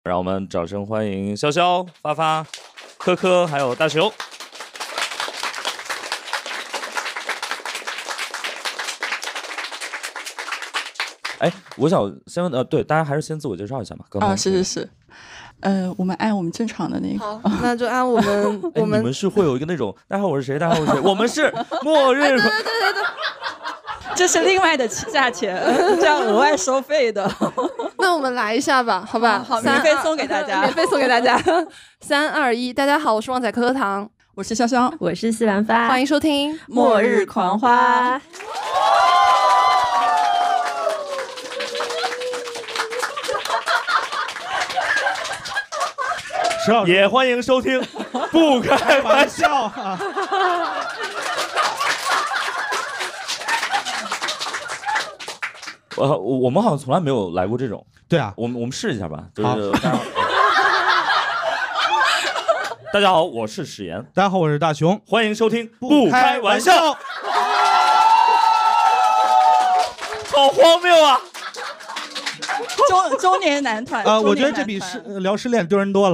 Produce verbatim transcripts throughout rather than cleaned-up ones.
让我们掌声欢迎潇潇、发发、科科还有大熊。哎，我想先问呃，对，大家还是先自我介绍一下嘛。刚才啊，是是是，呃，我们按我们正常的那个， 好，那就按我们我们、 哎、你们是会有一个那种，大家好，我是谁？大家好，我是谁？我们是末日。 哎、对对对对对， 这是另外的价钱，这样额外收费的。 那我们来一下吧，好吧？ 好，免费送给大家， 免费送给大家。三二一，大家好，我是旺仔可可糖， 我是潇潇， 我是西兰花， 欢迎收听《 末日狂花》。 也欢迎收听，不开玩笑。我我们好像从来没有来过这种。 对啊， 我们我们试一下吧。就是大家好，大家好，我是史岩。 大家好，我是大熊。 欢迎收听，不开玩笑。好荒谬啊！ 中中年男团啊、呃，我觉得这比失聊失恋丢人多了。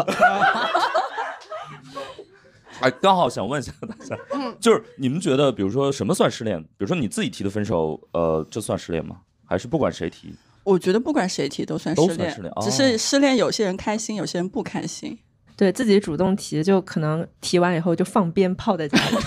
哎，刚好想问一下大家，就是你们觉得，比如说什么算失恋？比如说你自己提的分手，呃，这算失恋吗？还是不管谁提？ 我觉得不管谁提都算失恋， 都算失恋，哦、 只是失恋有些人开心，有些人不开心。 对自己主动提，就可能提完以后就放鞭炮在家里。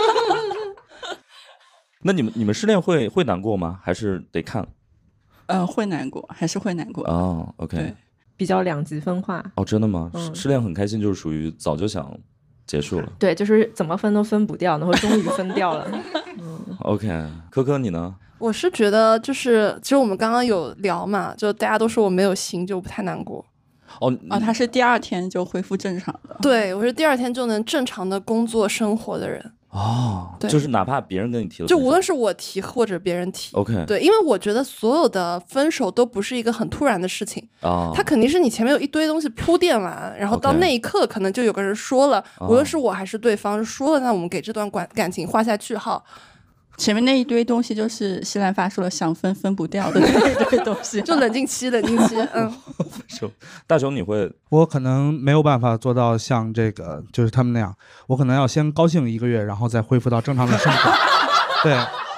那你们你们失恋会会难过吗？还是得看？ 呃，会难过，还是会难过。 哦 ，OK， 对， 比较两极分化。 哦，真的吗？ 嗯、 失恋很开心，就是属于早就想结束了。 对，就是怎么分都分不掉，然后终于分掉了。 嗯、OK， 科科你呢？ 我是觉得就是，其实我们刚刚有聊嘛，就大家都说我没有心，就不太难过。 哦哦，他是第二天就恢复正常的。 对，我是第二天就能正常的工作生活的人。 哦，就是哪怕别人跟你提了， 就无论是我提或者别人提 ，OK， 对，因为我觉得所有的分手都不是一个很突然的事情啊， 它肯定是你前面有一堆东西铺垫完，然后到那一刻可能就有个人说了， okay， 无论是我还是对方说了，那我们给这段感感情画下句号。 前面那一堆东西就是西兰发说了想分分不掉的那一堆东西， 就冷静期，冷静期。嗯， 大熊你会？ 我可能没有办法做到像这个，就是他们那样，我可能要先高兴一个月，然后再恢复到正常的生活。对。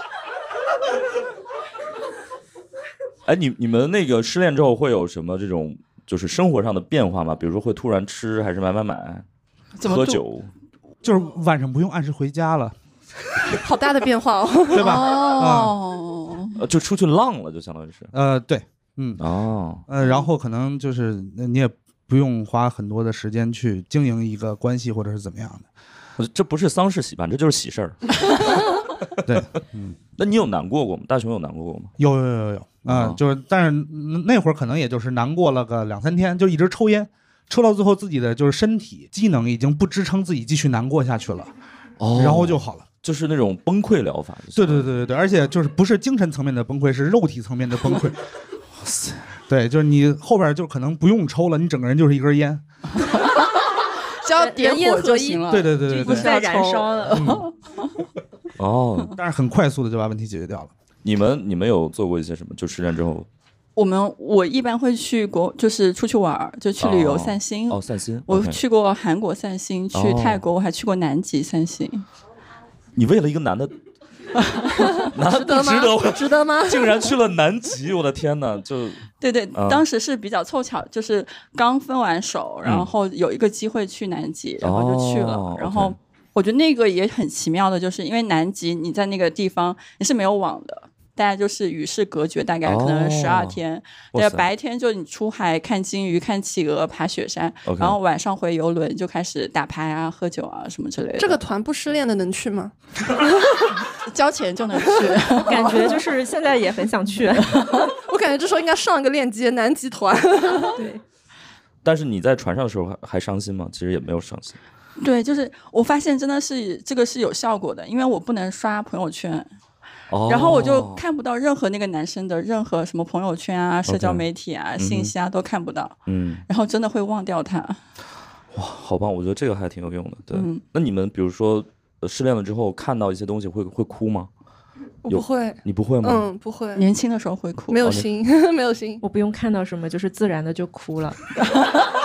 哎，你你们那个失恋之后会有什么这种就是生活上的变化吗？比如说会突然吃，还是买买买，喝酒， 就是晚上不用按时回家了。 好大的变化哦， 对吧？ 哦、 嗯， 就出去浪了，就相当于是。 呃，对，嗯， 哦， 呃，然后可能就是你也不用花很多的时间去经营一个关系，或者是怎么样的。 这不是丧事喜办，这就是喜事儿。 对，嗯， 那你有难过过吗？大熊有难过过吗？ 有有有有啊、呃，就是，但是那会儿可能也就是难过了个两三天，就一直抽烟，抽到最后自己的就是身体机能已经不支撑自己继续难过下去了， 哦， 然后就好了。 就是那种崩溃疗法。 对对对对对，而且就是不是精神层面的崩溃，是肉体层面的崩溃。哇塞！对，就是你后边就可能不用抽了，你整个人就是一根烟。 只要点火就行了。 对对对对对， 不再燃烧了。 嗯、 哦， 但是很快速的就把问题解决掉了。 你们你们有做过一些什么？就失恋之后， 我们我一般会去国，就是出去玩，就去旅游散心。 哦，哦散心。 我去过韩国散心，去泰国，我还去过南极散心。 你为了一个男的，男值得吗？ 值得值得吗？ 竟然去了南极，我的天哪！就对对、 嗯， 当时是比较凑巧，就是刚分完手，然后有一个机会去南极，嗯、然后就去了。 哦、 然后我觉得那个也很奇妙的，就是因为南极你在那个地方你是没有网的。大概就是与世隔绝，大概可能十二天。对、哦，白天就你出海看鲸鱼、看企鹅、爬雪山， okay. 然后晚上回游轮就开始打牌啊、喝酒啊什么之类的。 这个团不失恋的能去吗？ 交钱就能去， 感觉就是现在也很想去。 我感觉这时候应该上一个链接，南极团。 对。 但是你在船上的时候还还伤心吗？其实也没有伤心。 对，就是我发现真的是这个是有效果的，因为我不能刷朋友圈。 哦、 然后我就看不到任何那个男生的任何什么朋友圈啊、社交媒体啊、okay. 信息啊、嗯、都看不到，嗯，然后真的会忘掉他。 哇，好棒！我觉得这个还挺有用的。对，嗯、那你们比如说、呃、失恋了之后看到一些东西会会哭吗？ 我不会。 你不会吗？ 嗯，不会。 年轻的时候会哭， 没有心，没有心。 我不用看到什么，就是自然的就哭了。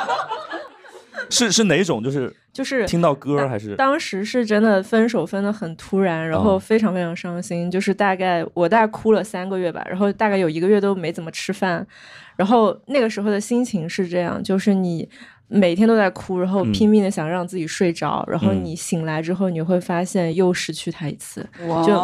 是是哪种？就是就是听到歌还是？ 当时是真的分手分得很突然，然后非常非常伤心，哦、就是大概我大概哭了三个月吧，然后大概有一个月都没怎么吃饭，然后那个时候的心情是这样，就是你每天都在哭，然后拼命的想让自己睡着，嗯、然后你醒来之后你会发现又失去他一次， 哇就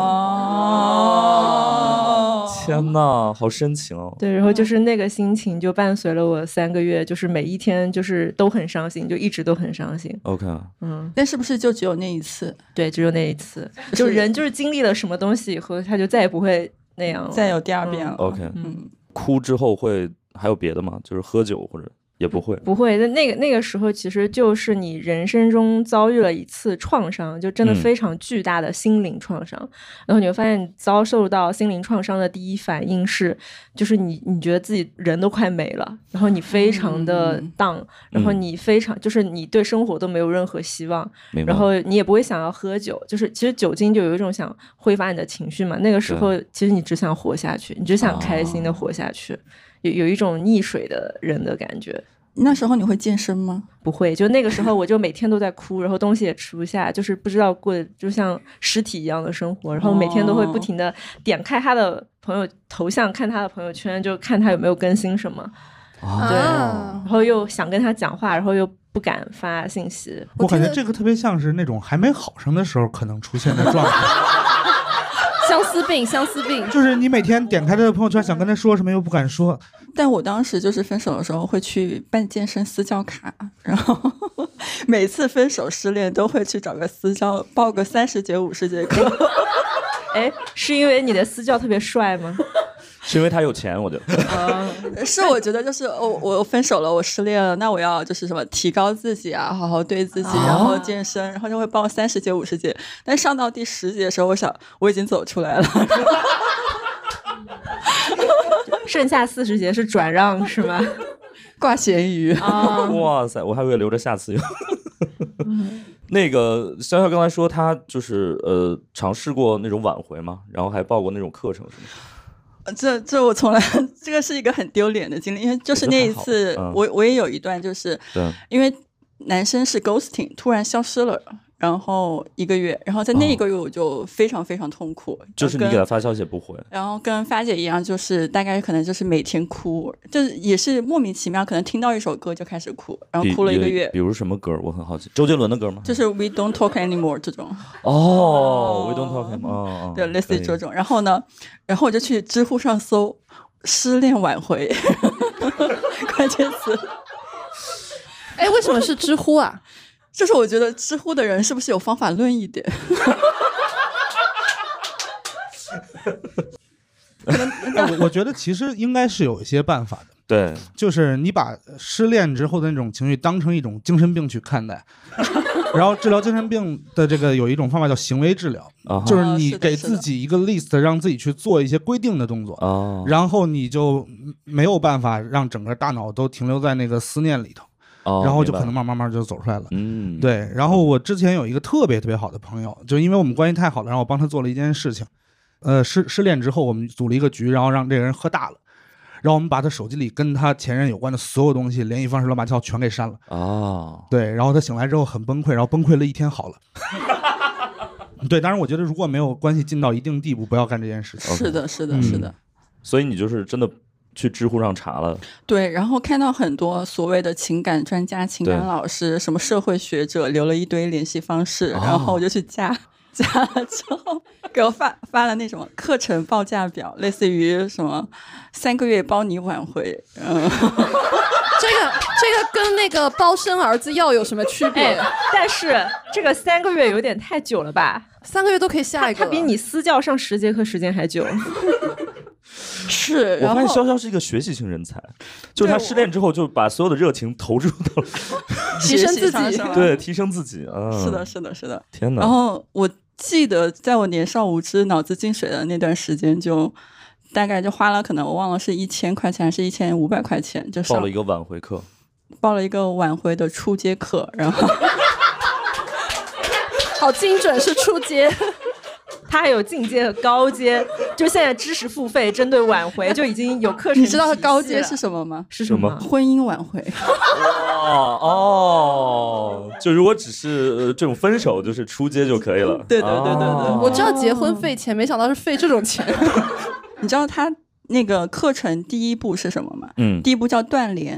天哪，好深情哦。 对，然后就是那个心情就伴随了我三个月，就是每一天就是都很伤心，就一直都很伤心。 OK， 嗯， 但是不是就只有那一次？ 对，只有那一次，就人就是经历了什么东西以后他就再也不会那样了， 再有第二遍了。 嗯、OK， 嗯， 哭之后会还有别的吗？就是喝酒或者也不会？ 不会，那个那个时候其实就是你人生中遭遇了一次创伤，就真的非常巨大的心灵创伤，嗯、然后你会发现你遭受到心灵创伤的第一反应是，就是你你觉得自己人都快没了，然后你非常的 down，嗯、然后你非常就是你对生活都没有任何希望，然后你也不会想要喝酒，就是其实酒精就有一种想挥发你的情绪嘛，那个时候其实你只想活下去，你只想开心的活下去。哦，有有一种溺水的人的感觉。 那时候你会健身吗？ 不会，就那个时候我就每天都在哭，然后东西也吃不下，就是不知道过就像尸体一样的生活，然后每天都会不停的点开他的朋友头像，看他的朋友圈，就看他有没有更新什么。 啊， 对，然后又想跟他讲话，然后又不敢发信息。 我感觉这个特别像是那种还没好上的时候可能出现的状态。 相思病，相思病， 就是你每天点开他的朋友圈，想跟他说什么又不敢说。 但我当时就是分手的时候会去办健身私教卡，然后每次分手失恋都会去找个私教报个三十节五十节课。 哎，是因为你的私教特别帅吗？ 是因为他有钱，我觉得。 嗯，是我觉得就是我我分手了，我失恋了，那我要就是什么提高自己啊，好好对自己，然后健身，然后就会报三十节五十节。但上到第十节的时候，我想我已经走出来了。 剩下四十节是转让是吗？ 挂咸鱼啊！ 哇塞，我还以为留着下次用。那个潇潇刚才说他就是呃尝试过那种挽回嘛，然后还报过那种课程是吗？ 这这我从来这个是一个很丢脸的经历，因为就是那一次我、嗯、我也有一段就是因为男生是 ghosting 突然消失了，然后一个月，然后在那一个月我就非常非常痛苦，哦、 就是你给他发消息也不回， 然后跟发姐一样，就是大概可能就是每天哭，就是也是莫名其妙，可能听到一首歌就开始哭，然后哭了一个月。 比, 比如什么歌？我很好奇，周杰伦的歌吗？ 就是 We Don't Talk Anymore 这种。 哦 ，We Don't Talk Anymore，哦、 对，类似于这种。然后呢，然后我就去知乎上搜失恋挽回关键词。 哎，为什么是知乎啊？ 就是我觉得知乎的人是不是有方法论一点？ 我我觉得其实应该是有一些办法的。 对， 就是你把失恋之后的那种情绪当成一种精神病去看待，然后治疗精神病的这个有一种方法叫行为治疗， 啊、 就是你给自己一个 list， 让自己去做一些规定的动作， 啊、 然后你就没有办法让整个大脑都停留在那个思念里头。 哦、 然后就可能慢慢慢就走出来了。 嗯， 对。然后我之前有一个特别特别好的朋友，就因为我们关系太好了，然后我帮他做了一件事情。呃，失失恋之后，我们组了一个局，然后让这个人喝大了，然后我们把他手机里跟他前任有关的所有东西、联系方式、乱七八糟全给删了。 哦， 对。然后他醒来之后很崩溃，然后崩溃了一天好了。对，当然我觉得如果没有关系进到一定地步，不要干这件事情。 是的，是的，是的。 嗯、 所以你就是真的。去知乎上查了， 对，然后看到很多所谓的情感专家、情感老师、什么社会学者留了一堆联系方式，哦、然后我就去加，加了之后给我发发了那种课程报价表，类似于什么三个月包你挽回，嗯，这个这个跟那个包生儿子药有什么区别？ 哎、但是这个三个月有点太久了吧？ 三个月都可以下一个， 他比你私教上十节课时间还久。 是， 我发现潇潇是一个学习型人才，就是他失恋之后就把所有的热情投入到了提升自己， 对，提升自己啊、嗯！ 是的，是的，是的， 天哪！ 然后我记得在我年少无知、脑子进水的那段时间，就大概就花了，可能我忘了是一千块钱还是一千五百块钱，就报了一个挽回课， 报了一个挽回的初阶课，然后好精准，是初阶。 他还有进阶和高阶，就现在知识付费针对挽回就已经有课程。 你知道高阶是什么吗？ 是什么？ 婚姻挽回。 哦哦， 就如果只是、呃、这种分手，就是出街就可以了。 对对对对对， 哦、 我知道结婚费钱，没想到是费这种钱。 你知道他那个课程第一步是什么吗？ 嗯， 第一步叫断联。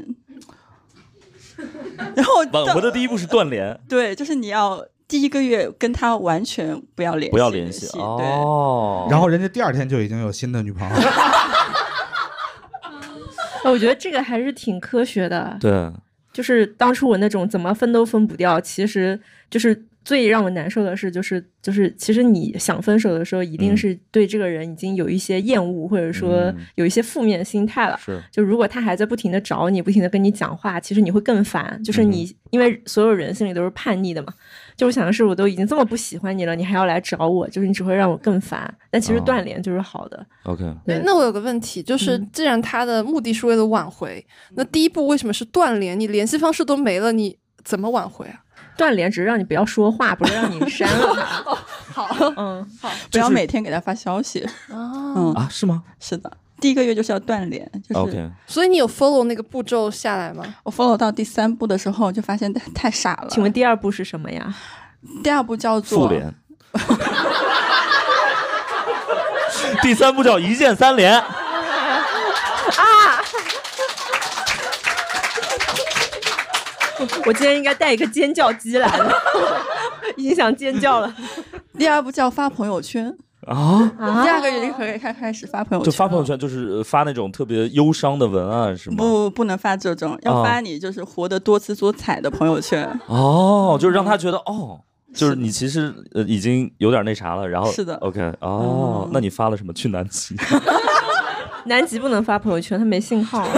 然后挽回的第一步是断联。 对，就是你要第一个月跟他完全不要联系， 不要联系。哦。 然后人家第二天就已经有新的女朋友了。 我觉得这个还是挺科学的。 对。 就是当初我那种怎么分都分不掉，其实就是最让我难受的是，就是就是其实你想分手的时候，一定是对这个人已经有一些厌恶，嗯、或者说有一些负面心态了。 是， 就如果他还在不停的找你，不停的跟你讲话，其实你会更烦。就是你、嗯、因为所有人心里都是叛逆的嘛。就我想的是，我都已经这么不喜欢你了，你还要来找我，就是你只会让我更烦。但其实断联就是好的。 哦、OK。 对，那我有个问题，就是既然他的目的是为了挽回，嗯、那第一步为什么是断联？你联系方式都没了，你怎么挽回啊？ 断联只是让你不要说话，不是让你删了他。 哦、好， 嗯， 好，不要每天给他发消息。 哦、 嗯啊，是吗？ 是的。第一个月就是要断联，就是 OK。 所以你有 follow 那个步骤下来吗？ 我 follow 到第三步的时候，就发现太傻了。 请问第二步是什么呀？ 第二步叫做复联。第三步叫一键三连。啊！ 我今天应该带一个尖叫机来了，已经想尖叫了。 第二步叫发朋友圈。 啊， 第二个月就可以开开始发朋友圈， 就发朋友圈就是发那种特别忧伤的文案是吗？ 不，不能发这种，要发你就是活得多姿多彩的朋友圈。 哦，就是让他觉得哦，就是你其实呃已经有点那啥了，然后是的 ，OK， 哦，嗯、那你发了什么？去南极？ 南极不能发朋友圈，它没信号。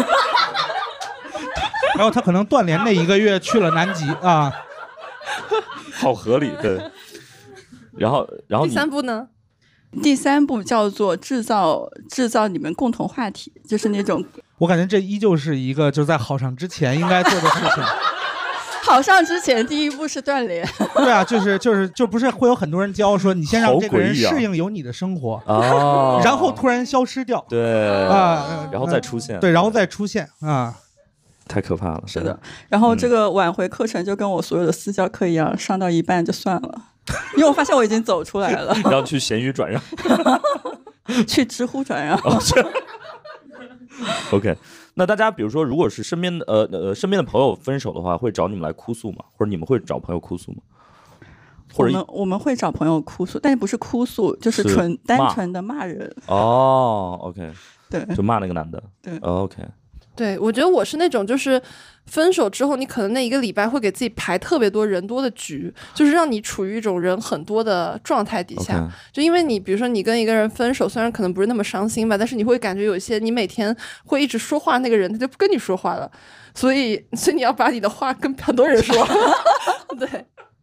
然后他可能断联那一个月去了南极啊， 好合理，对。然后，然后第三步呢？ 第三步叫做制造制造你们共同话题，就是那种我感觉这依旧是一个就在好上之前应该做的事情。 好上之前第一步是断联。 对啊，就是就是就不是会有很多人教说你先让这个人适应有你的生活啊， 然后突然消失掉， 对啊， 然后再出现， 对，然后再出现啊， 太可怕了。 是的，然后这个挽回课程就跟我所有的私教课一样，上到一半就算了。因为我发现我已经走出来了， 然后去闲鱼转让， 去知乎转让。 哦、OK， 那大家比如说，如果是身边的呃呃身边的朋友分手的话，会找你们来哭诉吗？或者你们会找朋友哭诉吗？或者我们我们会找朋友哭诉，但是不是哭诉，就是纯单纯的骂人。 哦 ，OK， 对， 就骂那个男的。 对、 哦、，OK。 对，我觉得我是那种就是分手之后你可能那一个礼拜会给自己排特别多人多的局，就是让你处于一种人很多的状态底下、okay. 就因为你比如说你跟一个人分手，虽然可能不是那么伤心吧，但是你会感觉有一些你每天会一直说话那个人他就不跟你说话了，所以所以你要把你的话跟很多人说。对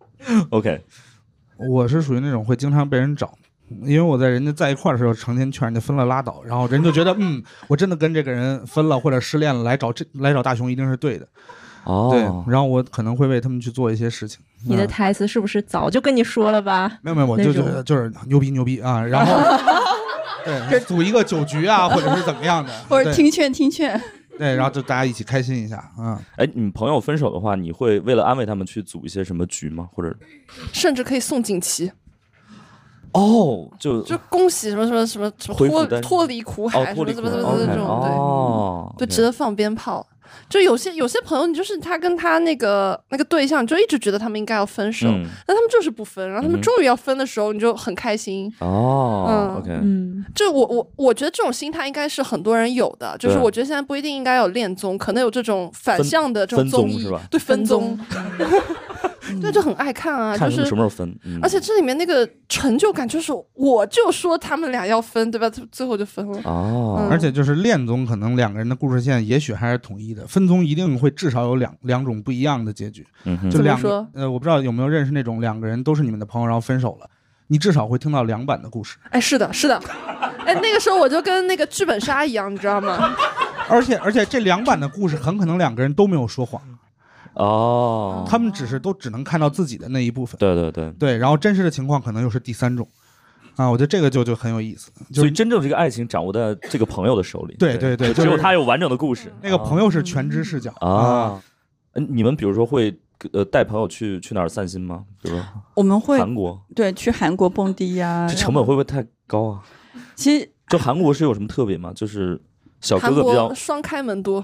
OK， 我是属于那种会经常被人找，因为我在人家在一块的时候成天劝人家分了拉倒，然后人就觉得嗯，我真的跟这个人分了或者失恋了，来找这来找大雄一定是对的。哦，对，然后我可能会为他们去做一些事情。 你的台词是不是早就跟你说了吧？ 没有没有，我就觉得就是牛逼牛逼啊，然后对组一个酒局啊，或者是怎么样的， 或者听劝听劝。 对，然后就大家一起开心一下啊。 哎，你们朋友分手的话，你会为了安慰他们去组一些什么局吗？或者甚至可以送锦旗。 哦，就就恭喜什么什么什么什么脱脱离苦海、哦、什么什么什么这种， 哦、 对，就值得放鞭炮。就有些有些朋友，你就是他跟他那个那个对象，你就一直觉得他们应该要分手，嗯、但他们就是不分，然后他们终于要分的时候，嗯、你就很开心。 哦， 嗯 ，OK， 嗯，就我我我觉得这种心态应该是很多人有的，就是我觉得现在不一定应该有恋综，可能有这种反向的这种综艺，对分综。对，就很爱看啊， 看就是什么时候分、嗯， 而且这里面那个成就感，就是我就说他们俩要分，对吧？最后就分了。 哦、 嗯， 而且就是恋综，可能两个人的故事线也许还是统一的，分综一定会至少有两两种不一样的结局。 嗯， 就两个呃，我不知道有没有认识那种两个人都是你们的朋友，然后分手了，你至少会听到两版的故事。 哎，是的，是的。哎，那个时候我就跟那个剧本杀一样，你知道吗？ 而且而且这两版的故事很可能两个人都没有说谎。 哦， 他们只是都只能看到自己的那一部分， 对对对对，然后真实的情况可能又是第三种，啊，我觉得这个就就很有意思，就是、 所以真正这个爱情掌握在这个朋友的手里， 对对对， 只有他有完整的故事， 那个朋友是全知视角啊。嗯，你们比如说会呃带朋友去去哪儿散心吗？比如说我们会韩国， 对，去韩国蹦迪呀、啊。 这成本会不会太高啊？ 其实就韩国是有什么特别吗？就是小哥哥比较双开门多。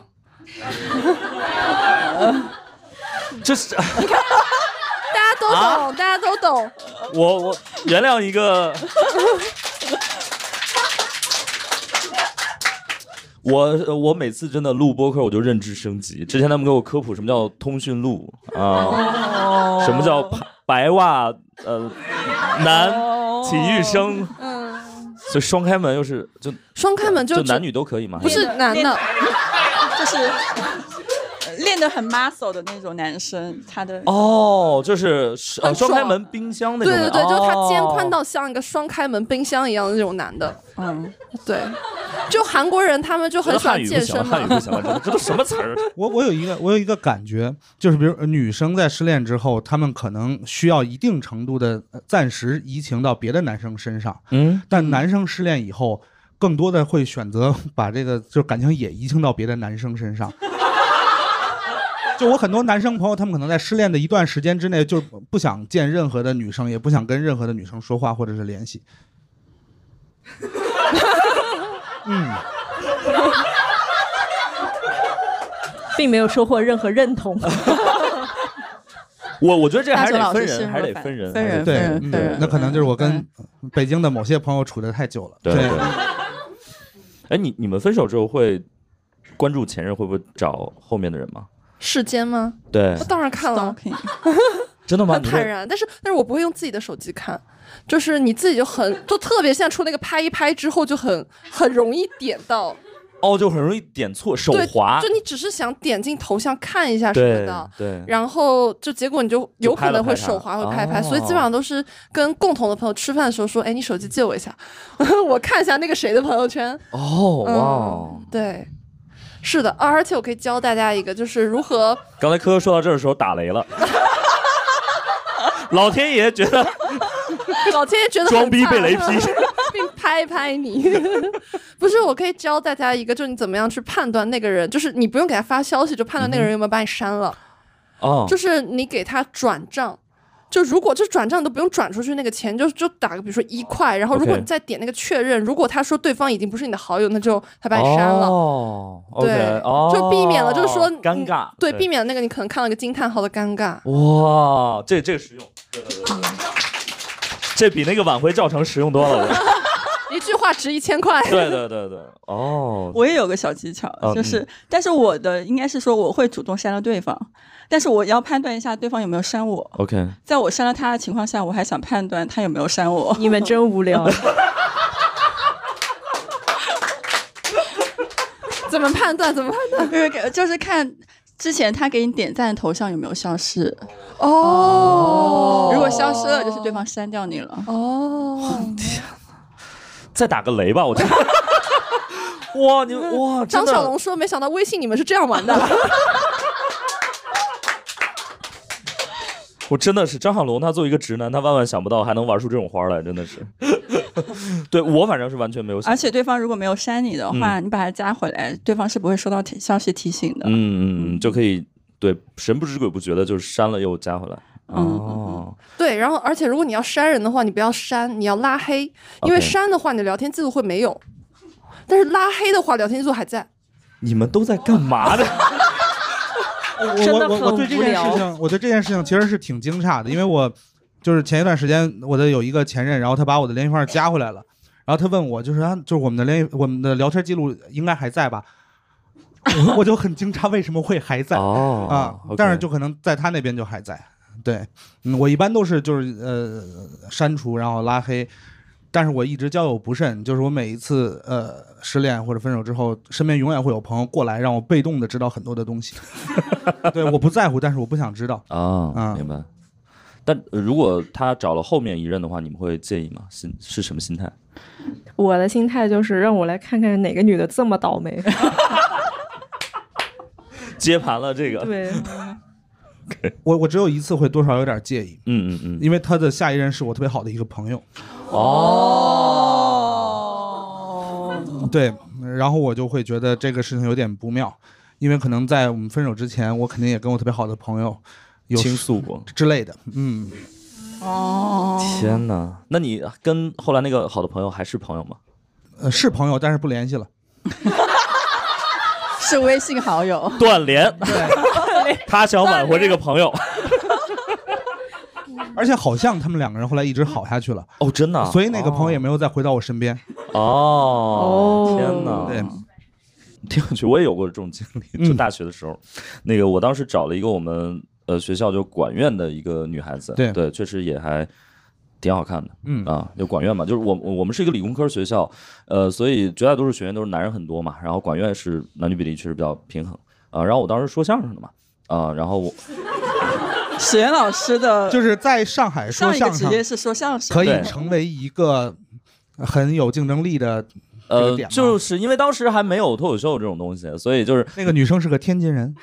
这是大家都懂、啊，大家都懂。 我我原谅一个，我我每次真的录播客我就认知升级。之前他们给我科普什么叫通讯录啊，哦、什么叫白袜呃男体育生，嗯，所以双开门又是就双开门就就男女都可以吗？ 不是男的， 就是。练得很 muscle 的那种男生，他的哦，就是呃双开门冰箱那种， 对对对， 哦、 就是他肩宽到像一个双开门冰箱一样的那种男的，嗯，对，就韩国人他们就很喜欢健身嘛。 汉语不行了，汉语不行了，这都什么词儿？ 我我有一个我有一个感觉，就是比如女生在失恋之后，她们可能需要一定程度的暂时移情到别的男生身上，嗯，但男生失恋以后，更多的会选择把这个就感情也移情到别的男生身上。就我很多男生朋友，他们可能在失恋的一段时间之内，就不想见任何的女生，也不想跟任何的女生说话或者是联系。 嗯，并没有收获任何认同。 我我觉得这还是得分人，还是得分人， 分人， 对分人， 对。那可能就是我跟北京的某些朋友处得太久了。 对对。哎，你你们分手之后会关注前任，会不会找后面的人吗？ 世间吗？ 对， 我当然看了。 真的吗？ 很坦然，但是但是我不会用自己的手机看，就是你自己就很就特别现在出那个拍一拍之后就很很容易点到。 哦，就很容易点错手滑， 就你只是想点进头像看一下什么的， 对，对然后就结果你就有可能会手滑会拍拍， 哦、 所以基本上都是跟共同的朋友吃饭的时候说，哎，你手机借我一下，我看一下那个谁的朋友圈。 哦，哇、 嗯，对。是的，而且我可以教大家一个，就是如何。 刚才科科说到这儿的时候打雷了，老天爷觉得， 老天爷觉得装逼被雷劈， 并拍拍你。不是，我可以教大家一个，就是你怎么样去判断那个人，就是你不用给他发消息，就判断那个人有没有把你删了。 哦、嗯， 就是你给他转账。就如果就转账都不用转出去那个钱，就就打个比如说一块，然后如果你再点那个确认， okay. 如果他说对方已经不是你的好友，那就他把你删了。 哦， 对， okay. 哦， 就避免了就是说尴尬。 对，避免了那个你可能看了个惊叹号的尴尬。 哇，这这个实用，对对对，这比那个挽回教程实用多了。 一句话值一千块。 对对对对，哦， 我也有个小技巧，就是，嗯、但是我的应该是说我会主动删了对方，但是我要判断一下对方有没有删我。 OK， 在我删了他的情况下，我还想判断他有没有删我。 你们真无聊。 怎么判断？怎么判断？就是看之前他给你点赞的头像有没有消失。 哦， 如果消失了，就是对方删掉你了。 哦， 天。再打个雷吧，我觉得。哇，你哇！ 张小龙说：“没想到微信你们是这样玩的。” 我真的是张小龙，他作为一个直男，他万万想不到还能玩出这种花来，真的是。对我反正是完全没有想。 而且对方如果没有删你的话，嗯、你把他加回来，对方是不会收到消息提醒的。 嗯嗯嗯，就可以对神不知鬼不觉的，就是删了又加回来。哦， 对，然后而且如果你要删人的话，你不要删，你要拉黑，因为删的话你的聊天记录会没有，但是拉黑的话聊天记录还在。 你们都在干嘛呢？ 我我我对这件事情，我对这件事情其实是挺惊诧的，因为我就是前一段时间我的有一个前任，然后他把我的联系方式加回来了，然后他问我就是啊，就是我们的联我们的聊天记录应该还在吧？我就很惊诧为什么会还在、 哦、 啊， okay. 但是就可能在他那边就还在。对，嗯，我一般都是就是呃删除然后拉黑，但是我一直交友不慎，就是我每一次呃失恋或者分手之后，身边永远会有朋友过来让我被动的知道很多的东西。对，我不在乎，但是我不想知道啊、哦嗯，明白。但如果他找了后面一任的话，你们会介意吗？心是什么心态？ 我的心态就是让我来看看哪个女的这么倒霉。 接盘了这个， 对。 Okay. 我我只有一次会多少有点介意， 嗯嗯嗯， 因为他的下一任是我特别好的一个朋友。 哦， 对，然后我就会觉得这个事情有点不妙，因为可能在我们分手之前，我肯定也跟我特别好的朋友有倾诉过之类的。嗯， 哦， 天哪！那你跟后来那个好的朋友还是朋友吗？ 呃，是朋友，但是不联系了。 是微信好友， 断联。对，他想挽回这个朋友。 而且好像他们两个人后来一直好下去了。 哦，真的、啊。 所以那个朋友也没有再回到我身边。 哦，天哪！ 对。 挺有趣，我也有过这种经历，就大学的时候，嗯、那个我当时找了一个我们呃学校就管院的一个女孩子， 对对，确实也还挺好看的， 嗯啊，就管院嘛，就是我我们是一个理工科学校，呃，所以绝大多数学员都是男人很多嘛，然后管院是男女比例确实比较平衡啊，然后我当时说相声的嘛，啊，然后我史岩老师的就是在上海说相声， 上一个职业是说相声， 可以成为一个很有竞争力的。 呃，就是因为当时还没有脱口秀这种东西，所以就是那个女生是个天津人，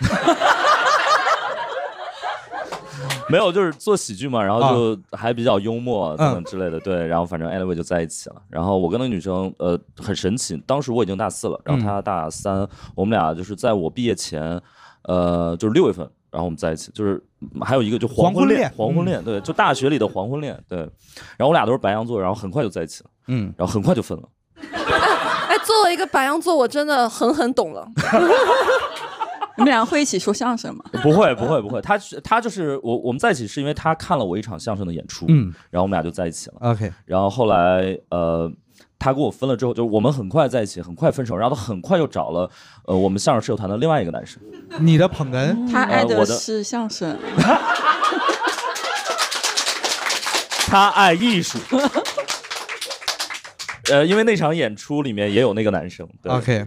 没有，就是做喜剧嘛，然后就还比较幽默等等之类的，嗯、对，然后反正 anyway 就在一起了。然后我跟那个女生，呃，很神奇，当时我已经大四了，然后她大三，嗯、我们俩就是在我毕业前，呃，就是六月份，然后我们在一起，就是还有一个就黄昏恋，黄昏恋，对，就大学里的黄昏恋，对。然后我俩都是白羊座，然后很快就在一起了，嗯，然后很快就分了。 哎，作为一个白羊座，我真的狠狠懂了。 你们俩会一起说相声吗？ 不会，不会，不会。他他就是我，我们在一起是因为他看了我一场相声的演出，嗯，然后我们俩就在一起了。 OK， 然后后来呃，他跟我分了之后，就我们很快在一起，很快分手，然后他很快又找了呃我们相声社团的另外一个男生。 你的捧哏， 他爱的是相声， 呃、他爱艺术。呃，因为那场演出里面也有那个男生。对 OK。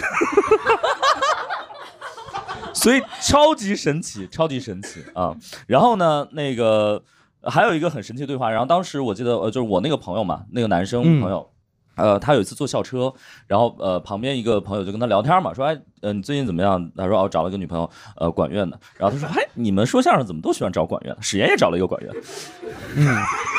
所以超级神奇，超级神奇啊！然后呢，那个还有一个很神奇的对话。然后当时我记得，呃，就是我那个朋友嘛，那个男生朋友，嗯、呃，他有一次坐校车，然后呃，旁边一个朋友就跟他聊天嘛，说，哎，呃，你最近怎么样？他说，哦，找了个女朋友，呃，管院的。然后他说，哎，你们说相声怎么都喜欢找管院的？史岩也找了一个管院。嗯。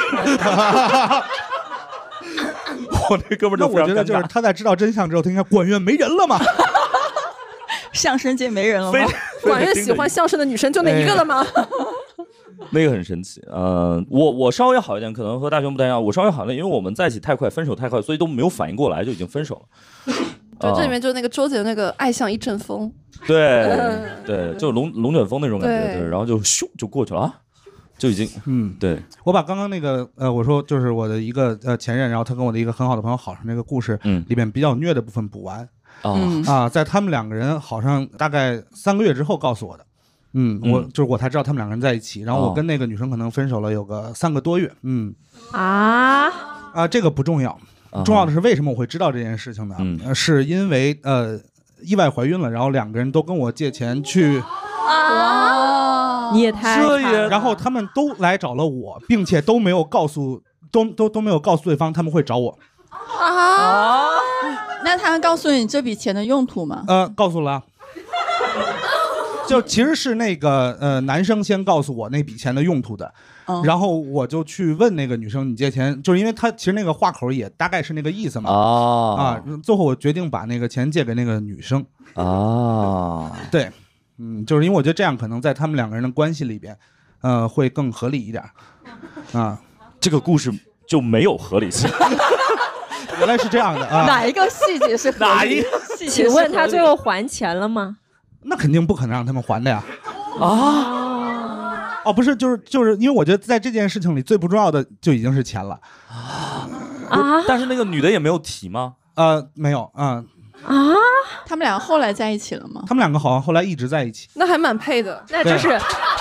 我那哥们儿就非常尴尬， 我觉得就是他在知道真相之后，他应该管院没人了嘛。 相声界没人了吗？ 管院喜欢相声的女生就那一个了吗？ 那个很神奇。呃，我我稍微好一点，可能和大学不太一样。我稍微好一点，因为我们在一起太快，分手太快，所以都没有反应过来就已经分手了。 对，这里面就是那个周杰的那个《爱像一阵风》。 对对，就龙龙卷风那种感觉，对，然后就咻就过去了啊。就已经，嗯，对， 我把刚刚那个，呃，我说就是我的一个呃前任，然后他跟我的一个很好的朋友好上那个故事，嗯，里面比较虐的部分补完，啊、嗯、啊，在他们两个人好上大概三个月之后告诉我的，嗯，嗯我就是我才知道他们两个人在一起，然后我跟那个女生可能分手了有个三个多月，嗯， 啊啊，这个不重要，重要的是为什么我会知道这件事情呢？嗯呃、是因为呃意外怀孕了，然后两个人都跟我借钱去。 啊！你也太这也， 然后他们都来找了我，并且都没有告诉，都都都没有告诉对方他们会找我。 啊！那他们告诉你这笔钱的用途吗？ 呃，告诉了。就其实是那个呃男生先告诉我那笔钱的用途的，嗯、然后我就去问那个女生你借钱，就是因为他其实那个话口也大概是那个意思嘛。 哦、 啊，最后我决定把那个钱借给那个女生。 啊， 对。嗯，就是因为我觉得这样可能在他们两个人的关系里边，呃，会更合理一点。啊， 这个故事就没有合理性。 原来是这样的啊！ 哪一个细节是合理？ 哪一个细节？ 请问他最后还钱了吗？ 那肯定不可能让他们还的呀。 啊！ 哦，不是，就是就是因为我觉得在这件事情里最不重要的就已经是钱了。 啊！但是那个女的也没有提吗？ 呃，没有啊。 啊，他们俩后来在一起了吗？ 他们两个好像后来一直在一起。 那还蛮配的。 那就是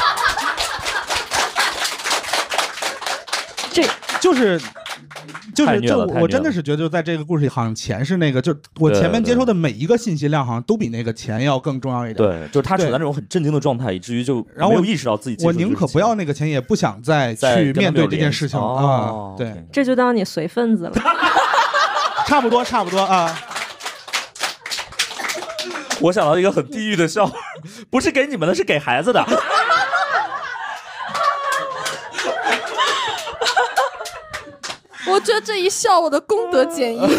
这就是就是就我真的是觉得，就在这个故事里，好像钱是那个，就我前面接收的每一个信息量，好像都比那个钱要更重要一点。 对，就是他处在那种很震惊的状态，以至于就然后没有意识到自己。 我宁可不要那个钱，也不想再去面对这件事情啊。对， 这就当你随份子了。 差不多，差不多啊。 我想到一个很地狱的笑话，不是给你们的，是给孩子的。 我觉得这一笑，我的功德减一。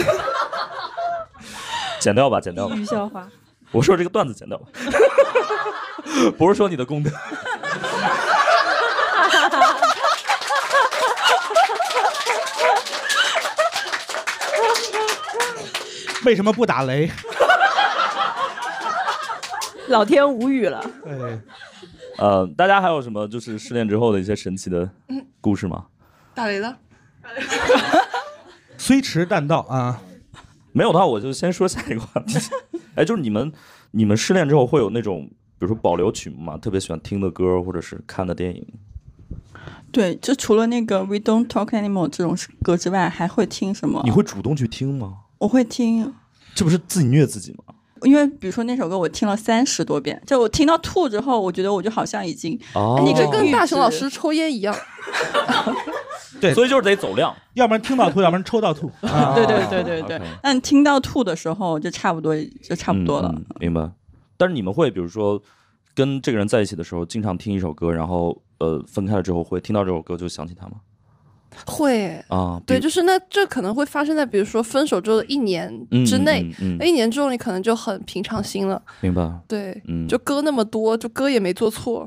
剪掉吧，剪掉吧。 地狱笑话。 我说这个段子剪掉吧，不是说你的功德。 为什么不打雷？ 老天无语了。 对， 呃，大家还有什么就是失恋之后的一些神奇的故事吗？ 打雷了。 虽迟但到啊。 没有的话，我就先说下一个话题。哎，就是你们，你们失恋之后会有那种，比如说保留曲目嘛，特别喜欢听的歌，或者是看的电影。 对，就除了那个 We Don't Talk Anymore 这种歌之外，还会听什么？ 你会主动去听吗？ 我会听。 这不是自己虐自己吗？ 因为比如说那首歌我听了三十多遍，就我听到吐之后，我觉得我就好像已经、 哦、 那个跟大熊老师抽烟一样。 对， 所以就是得走量， 要不然听到吐，要不然抽到吐。 啊、对对对对对。Okay. 但听到吐的时候就差不多，就差不多了。 嗯嗯、明白。但是你们会比如说跟这个人在一起的时候，经常听一首歌，然后呃分开了之后会听到这首歌就想起他吗？ 会啊， 对，就是那这可能会发生在比如说分手之后的一年之内， 嗯嗯嗯嗯、 一年之后你可能就很平常心了。 明白。 对， 嗯， 就歌那么多，就歌也没做错。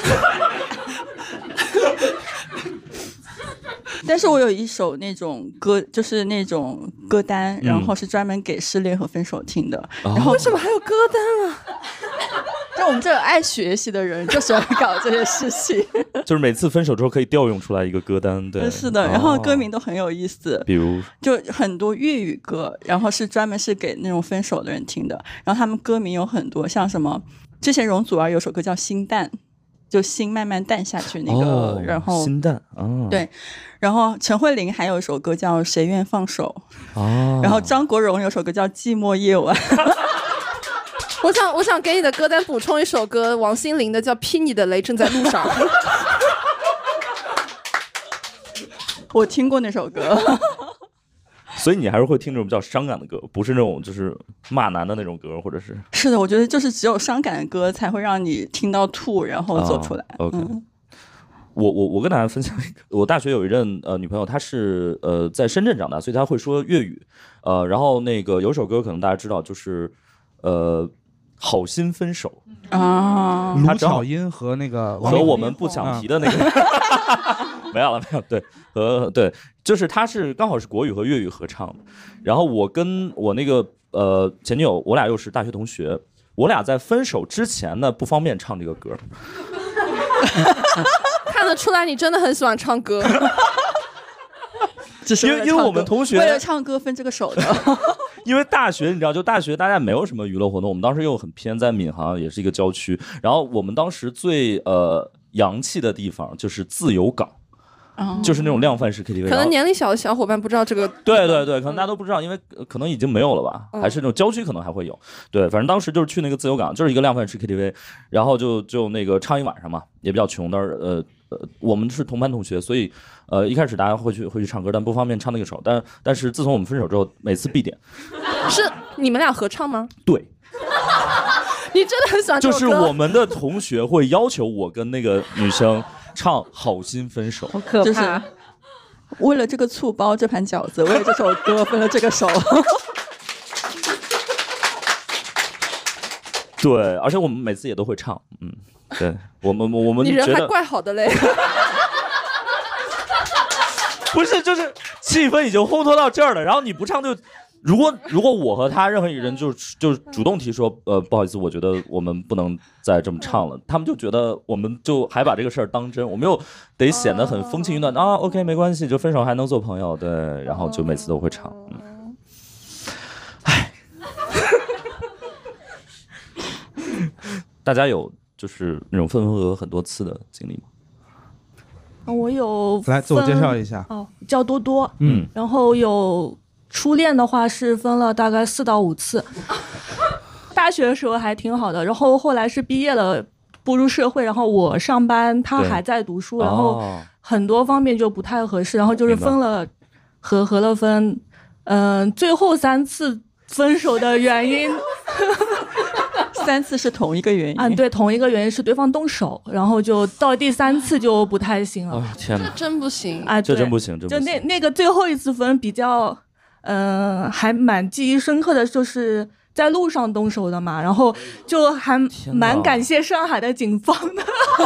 但是我有一首那种歌，就是那种歌单，然后是专门给失恋和分手听的。 嗯、 然后为什么还有歌单啊？ 就我们这爱学习的人就喜欢搞这些事情。 就是每次分手之后可以调用出来一个歌单，对， 是的。然后歌名都很有意思，哦、 比如就很多粤语歌，然后是专门是给那种分手的人听的。然后他们歌名有很多，像什么之前容祖儿有首歌叫《心淡》。就心慢慢淡下去那个， 哦、 然后心淡啊，哦、 对，然后陈慧琳还有一首歌叫《谁愿放手》 哦， 然后张国荣有首歌叫《寂寞夜晚》。 我想，我想给你的歌单补充一首歌，王心凌的叫《劈你的雷正在路上》。 我听过那首歌。 所以你还是会听这种比较伤感的歌，不是那种就是骂男的那种歌，或者是是的，我觉得就是只有伤感的歌才会让你听到吐，然后做出来。 哦、OK，、 嗯、 我我我跟大家分享一个，我大学有一任呃女朋友，她是呃在深圳长大，所以她会说粤语，呃，然后那个有首歌可能大家知道，就是呃好心分手啊， 卢巧音和那个和我们不想提的那个。啊没有了，没有。对，和对，就是他是刚好是国语和粤语合唱的。然后我跟我那个呃前女友，我俩又是大学同学，我俩在分手之前呢不方便唱这个歌。 看得出来你真的很喜欢唱歌。 只是因为因为我们同学为了唱歌分这个手的。 因为大学你知道，就大学大家没有什么娱乐活动，我们当时又很偏，在闵行也是一个郊区。然后我们当时最呃洋气的地方就是自由港。就是那种量贩式 K T V， 可能年龄小的小伙伴不知道这个。 对对对，可能大家都不知道，因为可能已经没有了吧， 嗯、 还是那种郊区可能还会有。对，反正当时就是去那个自由港，就是一个量贩式 K T V， 然后就就那个唱一晚上嘛，也比较穷，但是呃呃，我们是同班同学，所以呃一开始大家会去会去唱歌，但不方便唱那个手。但但是自从我们分手之后，每次必点。 是你们俩合唱吗？ 对。 你真的很喜欢这首歌。 就是我们的同学会要求我跟那个女生唱《好心分手》， 好可怕。 就是为了这个醋包这盘饺子，为了这首歌分了这个手。 对，而且我们每次也都会唱，嗯，对我们我们你人还怪好的嘞。 不是，就是气氛已经烘托到这儿了，然后你不唱就，如果如果我和他任何一个人就就主动提说，呃，不好意思，我觉得我们不能再这么唱了，他们就觉得我们就还把这个事儿当真，我们又得显得很风轻云淡啊 ，OK 没关系，就分手还能做朋友，对，然后就每次都会唱，嗯，唉，大家有就是那种分分合合很多次的经历吗？ 我有来自我介绍一下哦，叫多多， 嗯， 然后有初恋的话是分了大概四到五次，大学的时候还挺好的，然后后来是毕业了步入社会，然后我上班，他还在读书，然后很多方面就不太合适，然后就是分了合合了分，嗯、呃，最后三次分手的原因。 三次是同一个原因啊，对，同一个原因是对方动手，然后就到第三次就不太行了。 哦、天哪， 这真不行啊！ 这真不行，真不行。 就那那个最后一次分比较，嗯、呃，还蛮记忆深刻的，就是在路上动手的嘛，然后就还蛮感谢上海的警方的。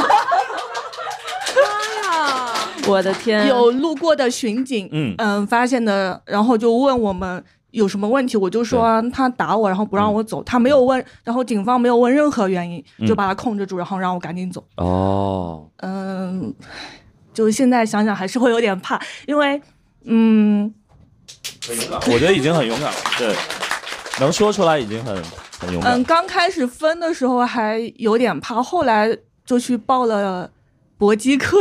妈呀！ 我的天！有路过的巡警，嗯嗯、呃，发现的，然后就问我们。 有什么问题，我就说他打我，然后不让我走，嗯、他没有问，然后警方没有问任何原因，就把他控制住，然后让我赶紧走。 哦， 嗯，就现在想想还是会有点怕，因为嗯， 很勇敢，我觉得已经很勇敢了，对，能说出来已经很很勇敢。 嗯，刚开始分的时候还有点怕，后来就去报了搏击课。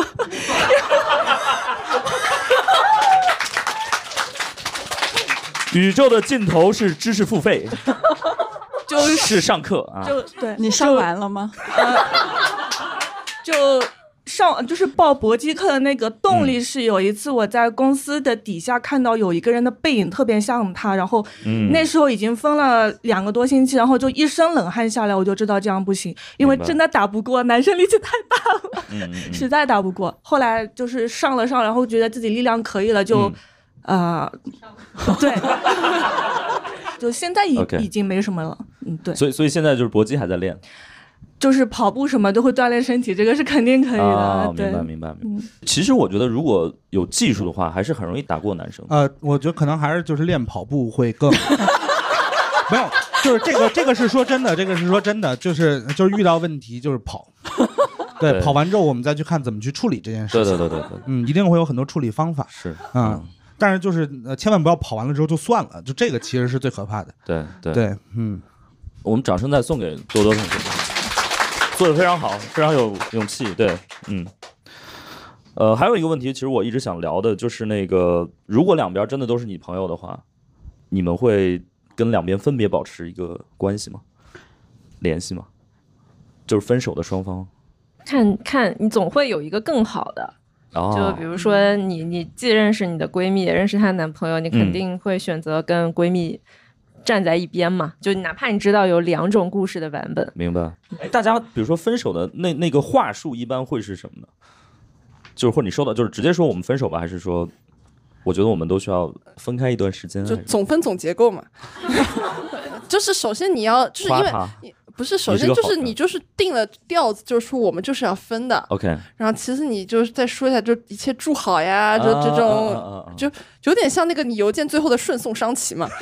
宇宙的尽头是知识付费， 就是上课啊。 就对， 你上完了吗？ 呃、就上就是报搏击课的那个动力是有一次我在公司的底下看到有一个人的背影特别像他，然后那时候已经分了两个多星期，然后就一身冷汗下来，我就知道这样不行，因为真的打不过，男生力气太大了，嗯嗯嗯实在打不过。后来就是上了上，然后觉得自己力量可以了，就。嗯呃，对，就现在已、okay. 已经没什么了，嗯，对。 所以，所以现在就是搏击还在练， 就是跑步什么都会锻炼身体，这个是肯定可以的。 啊、 对， 明白，明白，明白。其实我觉得，如果有技术的话，还是很容易打过男生。 呃，我觉得可能还是就是练跑步会更没有，就是这个这个是说真的，这个是说真的，就是就是遇到问题就是跑。对，跑完之后我们再去看怎么去处理这件事情。 对对对对对， 嗯，一定会有很多处理方法。 是， 嗯。嗯但是就是呃，千万不要跑完了之后就算了，就这个其实是最可怕的。 对对对，嗯， 我们掌声再送给多多同学，做得非常好，非常有勇气。对，嗯，呃，还有一个问题，其实我一直想聊的就是那个，如果两边真的都是你朋友的话，你们会跟两边分别保持一个关系吗？联系吗？就是分手的双方， 看看你总会有一个更好的。就比如说你你既认识你的闺蜜也认识她男朋友，你肯定会选择跟闺蜜站在一边嘛，就哪怕你知道有两种故事的版本。 明白。大家比如说分手的那那个话术一般会是什么呢？就是或者你说的就是直接说我们分手吧，还是说我觉得我们都需要分开一段时间？ 就总分总结构嘛。就是首先你要就是因为你不是首先就是你就是定了调子，就是说我们就是要分的 ，OK。 然后其次你就是再说一下，就一切祝好呀，就这种、啊啊啊啊、就有点像那个你邮件最后的顺送商旗嘛。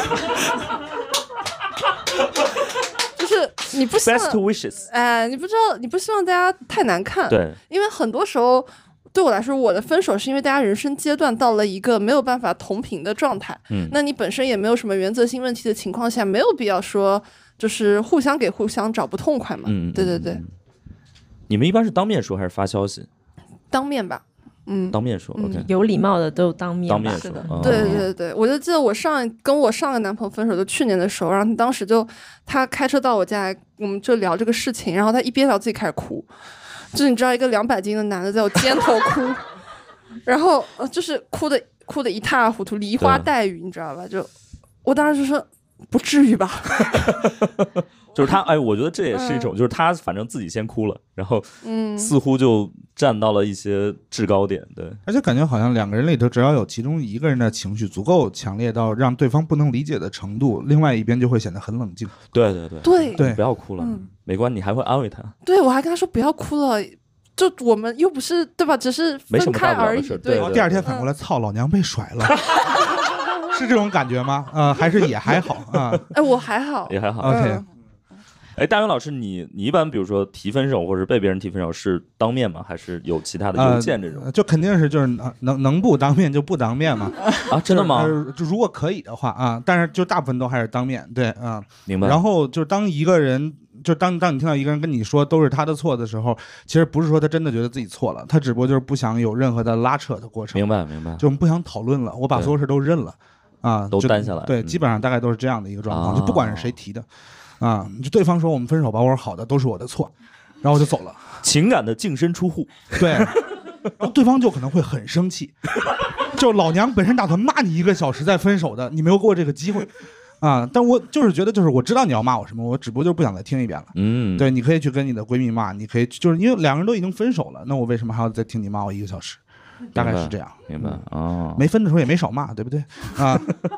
就是你不希望 best wishes， 哎，你不知道你不希望大家太难看， 对， 因为很多时候。对我来说，我的分手是因为大家人生阶段到了一个没有办法同频的状态。嗯，那你本身也没有什么原则性问题的情况下，没有必要说就是互相给互相找不痛快嘛。嗯，对对对。 你们一般是当面说还是发消息？ 当面吧。嗯， 当面说。OK，、 嗯、有礼貌的都当面。 当面说。 哦、对对对对，我就记得我上跟我上个男朋友分手，就去年的时候，然后他当时就他开车到我家，我们就聊这个事情，然后他一边聊自己开始哭。就是你知道一个两百斤的男的在我肩头哭，然后就是哭的哭的一塌糊涂，梨花带雨，你知道吧？就我当时就说不至于吧。 就是他，哎，我觉得这也是一种，嗯、就是他反正自己先哭了，然后似乎就站到了一些制高点，对。 而且感觉好像两个人里头，只要有其中一个人的情绪足够强烈到让对方不能理解的程度，另外一边就会显得很冷静。 对对对对对， 不要哭了，嗯、没关系，你还会安慰他。 对，我还跟他说不要哭了。就我们又不是对吧？只是分开而已。 对， 对， 然后第二天反过来，操，老娘被甩了，是这种感觉吗？呃，还是也还好啊？ 哎，我还好， 也还好。 OK。 哎，大勇老师，你你一般比如说提分手或者被别人提分手是当面吗？还是有其他的邮件这种？ 呃、就肯定是就是能能不当面就不当面嘛。 啊，真的吗？ 就, 就如果可以的话啊，但是就大部分都还是当面。对啊， 明白。 然后就是当一个人。就当当你听到一个人跟你说都是他的错的时候，其实不是说他真的觉得自己错了，他只不过就是不想有任何的拉扯的过程。 明白明白。 就我们不想讨论了，我把所有事都认了啊， 都担下来。 对，基本上大概都是这样的一个状况，就不管是谁提的啊，就对方说我们分手吧，我说好的，都是我的错，然后我就走了。 情感的净身出户。 对，然后对方就可能会很生气，就老娘本身打算骂你一个小时再分手的，你没有给我这个机会。啊！但我就是觉得，就是我知道你要骂我什么，我只不过就是不想再听一遍了。嗯，对，你可以去跟你的闺蜜骂，你可以就是因为两个人都已经分手了，那我为什么还要再听你骂我一个小时？大概是这样。 明白哦。 没分的时候也没少骂，对不对？啊。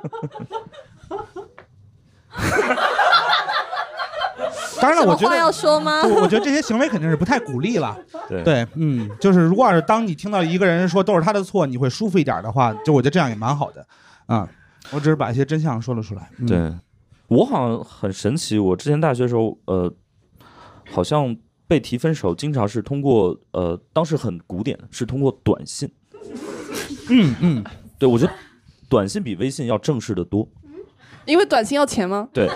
当然了，我觉得话要说吗？ 我觉得这些行为肯定是不太鼓励了。 对对，嗯，就是如果要是当你听到一个人说都是他的错，你会舒服一点的话，就我觉得这样也蛮好的啊。 我只是把一些真相说了出来。嗯、 对，我好像很神奇，我之前大学的时候，呃，好像被提分手，经常是通过呃，当时很古典，是通过短信。 嗯嗯， 对，我觉得短信比微信要正式的多。 因为短信要钱吗？ 对。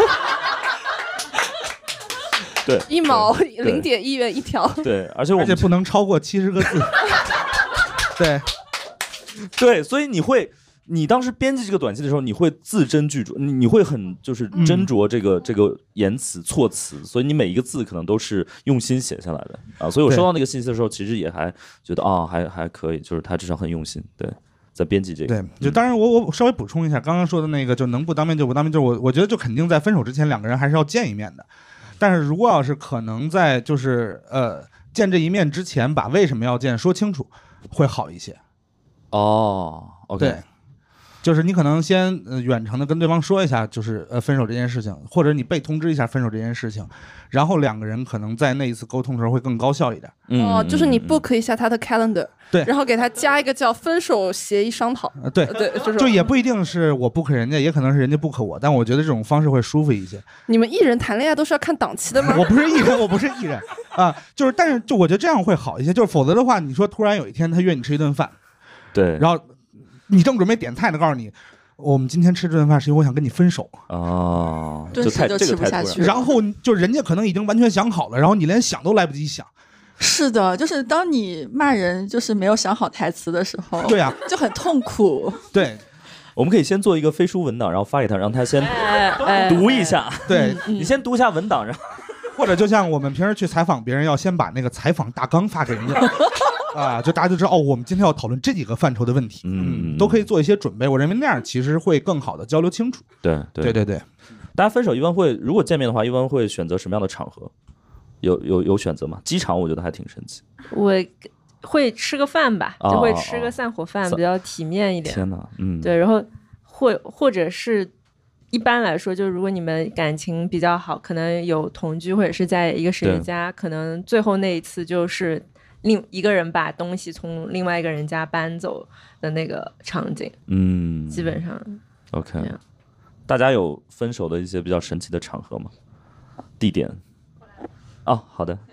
对， 一毛零点一元一条。 对，而且我而且不能超过七十个字。对， 对，所以你会，你当时编辑这个短信的时候，你会字斟句酌，你你会很就是斟酌这个、嗯、这个言辞措辞，所以你每一个字可能都是用心写下来的啊。所以我收到那个信息的时候，其实也还觉得啊，还还可以，就是他至少很用心，对，在编辑这个。 对，就当然我我稍微补充一下，刚刚说的那个就能不当面就不当面，就是我我觉得就肯定在分手之前两个人还是要见一面的。但是如果要是可能在就是呃见这一面之前把为什么要见说清楚，会好一些。 哦 ，OK， 对，就是你可能先呃远程的跟对方说一下，就是呃分手这件事情，或者你被通知一下分手这件事情，然后两个人可能在那一次沟通的时候会更高效一点。 嗯、哦，就是你 book 一下他的 calendar， 对， 然后给他加一个叫分手协议商讨。 呃、对对，就是就也不一定是我 book 人家，也可能是人家 book 我，但我觉得这种方式会舒服一些。 你们艺人谈恋爱都是要看档期的吗？ 我不是艺人，我不是艺人啊，就是但是就我觉得这样会好一些，就是否则的话，你说突然有一天他约你吃一顿饭。 对， 然后你正准备点菜呢，告诉你，我们今天吃这顿饭是因为我想跟你分手哦， 顿时就吃不下去。 然后就人家可能已经完全想好了，然后你连想都来不及想。 是的，就是当你骂人就是没有想好台词的时候， 对啊， 就很痛苦。 对， 我们可以先做一个飞书文档，然后发给他，让他先读一下。 哎哎、对、 嗯，你先读一下文档，然后或者就像我们平时去采访别人，要先把那个采访大纲发给人家。啊，就大家就知道哦，我们今天要讨论这几个范畴的问题，嗯，都可以做一些准备。我认为那样其实会更好的交流清楚。 对对对对， 大家分手一般会，如果见面的话，一般会选择什么样的场合？有有有选择吗？机场我觉得还挺神奇。 我会吃个饭吧，就会吃个散伙饭， 哦、 比较体面一点。 天哪，嗯， 对，然后或或者是一般来说，就如果你们感情比较好，可能有同居或者是在一个谁家，可能最后那一次就是另一个人把东西从另外一个人家搬走的那个场景。 嗯， 基本上 OK。大家有分手的一些比较神奇的场合吗？地点？哦，好的。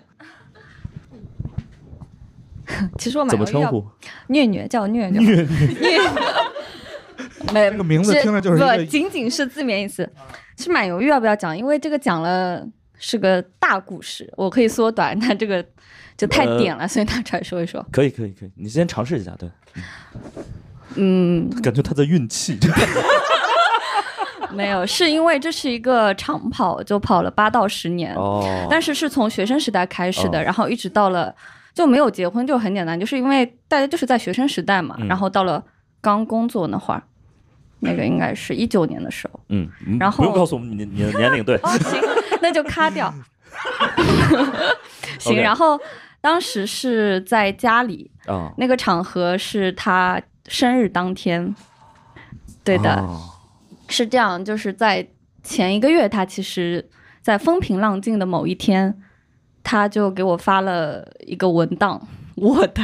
其实我怎么称呼？ 虐虐叫虐虐虐虐。没， 这个名字听着就是一个不仅仅是字面意思，是蛮犹豫要不要讲，因为这个讲了是个大故事，我可以缩短，但这个就太点了，呃、所以拿出来说一说。 可以可以可以，你先尝试一下，对。 嗯， 感觉他在运气。 没有，是因为这是一个长跑，就跑了八到十年， 哦， 但是是从学生时代开始的， 哦、 然后一直到了就没有结婚，就很简单，就是因为大家就是在学生时代嘛，嗯、然后到了刚工作那会儿。那个应该是一九年的时候， 嗯， 然后不用告诉我们你你的年龄，对， 哦行，那就卡掉，行， okay. 然后当时是在家里， 哦、 那个场合是他生日当天，对的， 哦、 是这样，就是在前一个月，他其实在风平浪静的某一天，他就给我发了一个文档，我的。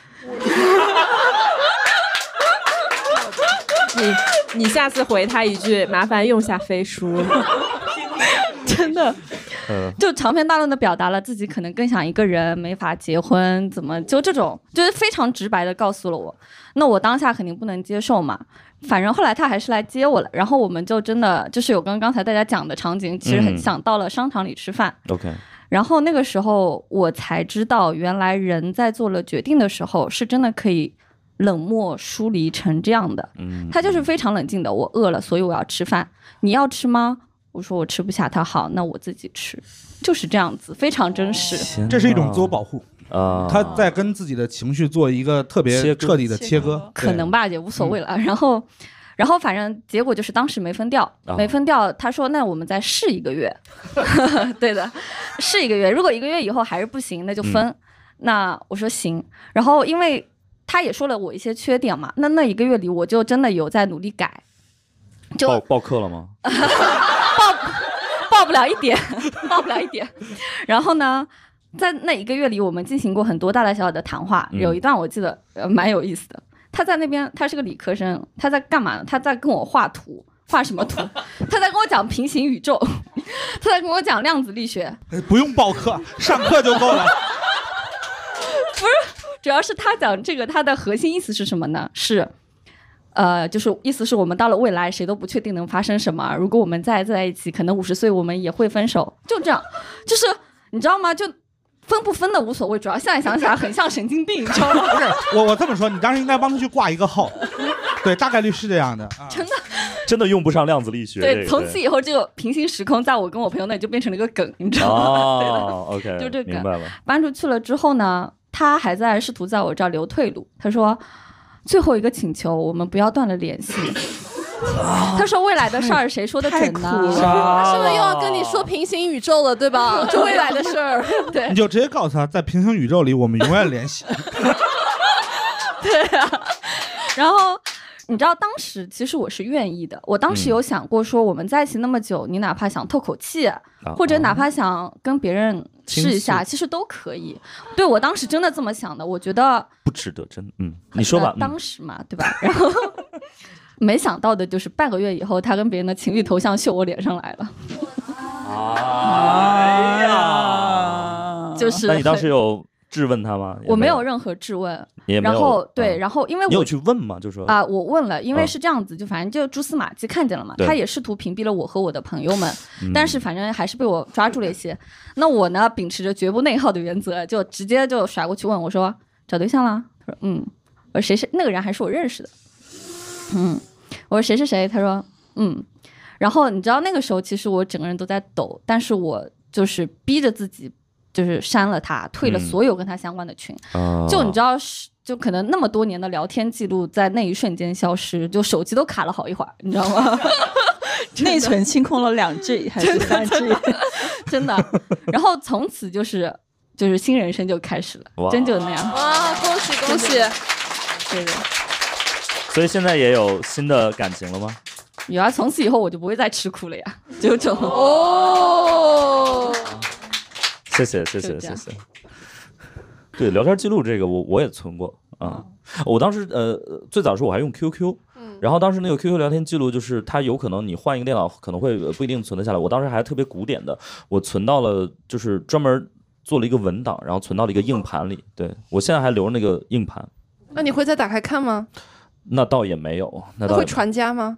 你你下次回他一句，麻烦用下飞书。 真的，就长篇大论的表达了自己可能更想一个人，没法结婚，怎么就这种，就是非常直白的告诉了我。那我当下肯定不能接受嘛。反正后来他还是来接我了，然后我们就真的就是有跟刚才大家讲的场景，其实很想到了商场里吃饭。 嗯、OK。 然后那个时候我才知道，原来人在做了决定的时候，是真的可以。冷漠疏离成这样的，他就是非常冷静的。我饿了，所以我要吃饭。你要吃吗？我说我吃不下。他好，那我自己吃，就是这样子，非常真实。 这是一种自我保护啊， 他在跟自己的情绪做一个特别彻底的切割， 可能吧，也无所谓了。然后，然后反正结果就是当时没分掉，没分掉。他说那我们再试一个月，对的，试一个月。如果一个月以后还是不行，那就分。嗯、那我说行。然后因为。他也说了我一些缺点嘛，那那一个月里我就真的有在努力改，就报报课了吗？ 报报不了一点，报不了一点。然后呢，在那一个月里，我们进行过很多大大小小的谈话，嗯、有一段我记得呃蛮有意思的。 他在那边，他是个理科生，他在干嘛呢？他在跟我画图，画什么图？他在跟我讲平行宇宙，他在跟我讲量子力学。 不用报课，上课就够了。 不是，主要是他讲这个，他的核心意思是什么呢？是。呃，就是意思是我们到了未来，谁都不确定能发生什么。如果我们再在一起，可能五十岁我们也会分手，就这样。就是你知道吗？就分不分的无所谓，主要现在想起来很像神经病，你知道吗？ 不是，我我这么说，你当时应该帮他去挂一个号，对，大概率是这样的。啊、 真的， 真的用不上量子力学。 对， 这个、 从此以后这个平行时空，在我跟我朋友那里就变成了一个梗，你知道吗？ 哦，OK， 就这个。 明白了。 搬出去了之后呢，他还在试图在我这儿留退路。他说。最后一个请求，我们不要断了联系。他说未来的事儿谁说的准呢？ 他是不是又要跟你说平行宇宙了，对吧？就未来的事儿。 对， 你就直接告诉他，在平行宇宙里我们永远联系。 对啊，然后。你知道当时其实我是愿意的，我当时有想过说我们在一起那么久，你哪怕想透口气、啊、或者哪怕想跟别人试一下，其实都可以。对，我当时真的这么想的，我觉得不值得，真的。嗯，你说吧。 呃、当时嘛，对吧？然后没想到的就是半个月以后，他跟别人的情侣头像秀我脸上来了。 哎呀， 就是那你当时有质问他吗？ 我没有任何质问， 也没有。 然后对，然后因为我你有去问吗？就说啊、呃，我问了，因为是这样子，就反正就蛛丝马迹看见了嘛，他也试图屏蔽了我和我的朋友们，但是反正还是被我抓住了一些。那我呢，秉持着绝不内耗的原则，就直接就甩过去问我说：“找对象啦？”他说：“嗯。”我说：“谁是那个人？还是我认识的？”嗯，我说：“谁是谁？”他说：“嗯。”然后你知道那个时候，其实我整个人都在抖，但是我就是逼着自己。就是删了他，退了所有跟他相关的群，嗯、就你知道，就可能那么多年的聊天记录在那一瞬间消失，就手机都卡了好一会儿，你知道吗？ 内存清空了两 G 还是三 G， 真的。然后从此就是就是新人生就开始了，真就那样。 哇，恭喜恭喜！ 对的。 所以现在也有新的感情了吗？ 有啊，从此以后我就不会再吃苦了呀，就这种。 哦。 谢谢谢谢谢谢。对，聊天记录这个我我也存过啊、嗯。我当时呃最早的时候我还用 Q Q， 然后当时那个 Q Q 聊天记录就是它有可能你换一个电脑可能会不一定存得下来。我当时还特别古典的，我存到了就是专门做了一个文档，然后存到了一个硬盘里。对，我现在还留着那个硬盘。 那你会再打开看吗？ 那倒也没有。那倒会传家吗？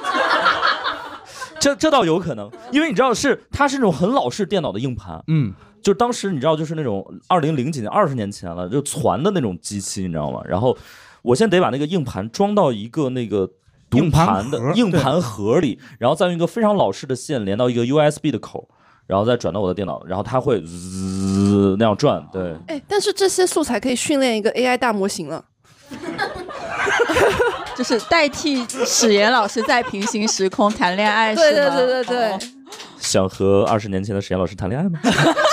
这这倒有可能，因为你知道是它是那种很老式电脑的硬盘， 嗯。 就当时你知道，就是那种二零零几年、二十年前了，就传的那种机器，你知道吗？然后我现在得把那个硬盘装到一个那个读盘的硬盘盒里，然后再用一个非常老式的线连到一个 U S B 的口，然后再转到我的电脑，然后它会滋那样转。对， 哎，但是这些素材可以训练一个 A I 大模型了。 就是代替史岩老师在平行时空谈恋爱， 对对对对对。 哦、 想和二十年前的史岩老师谈恋爱吗？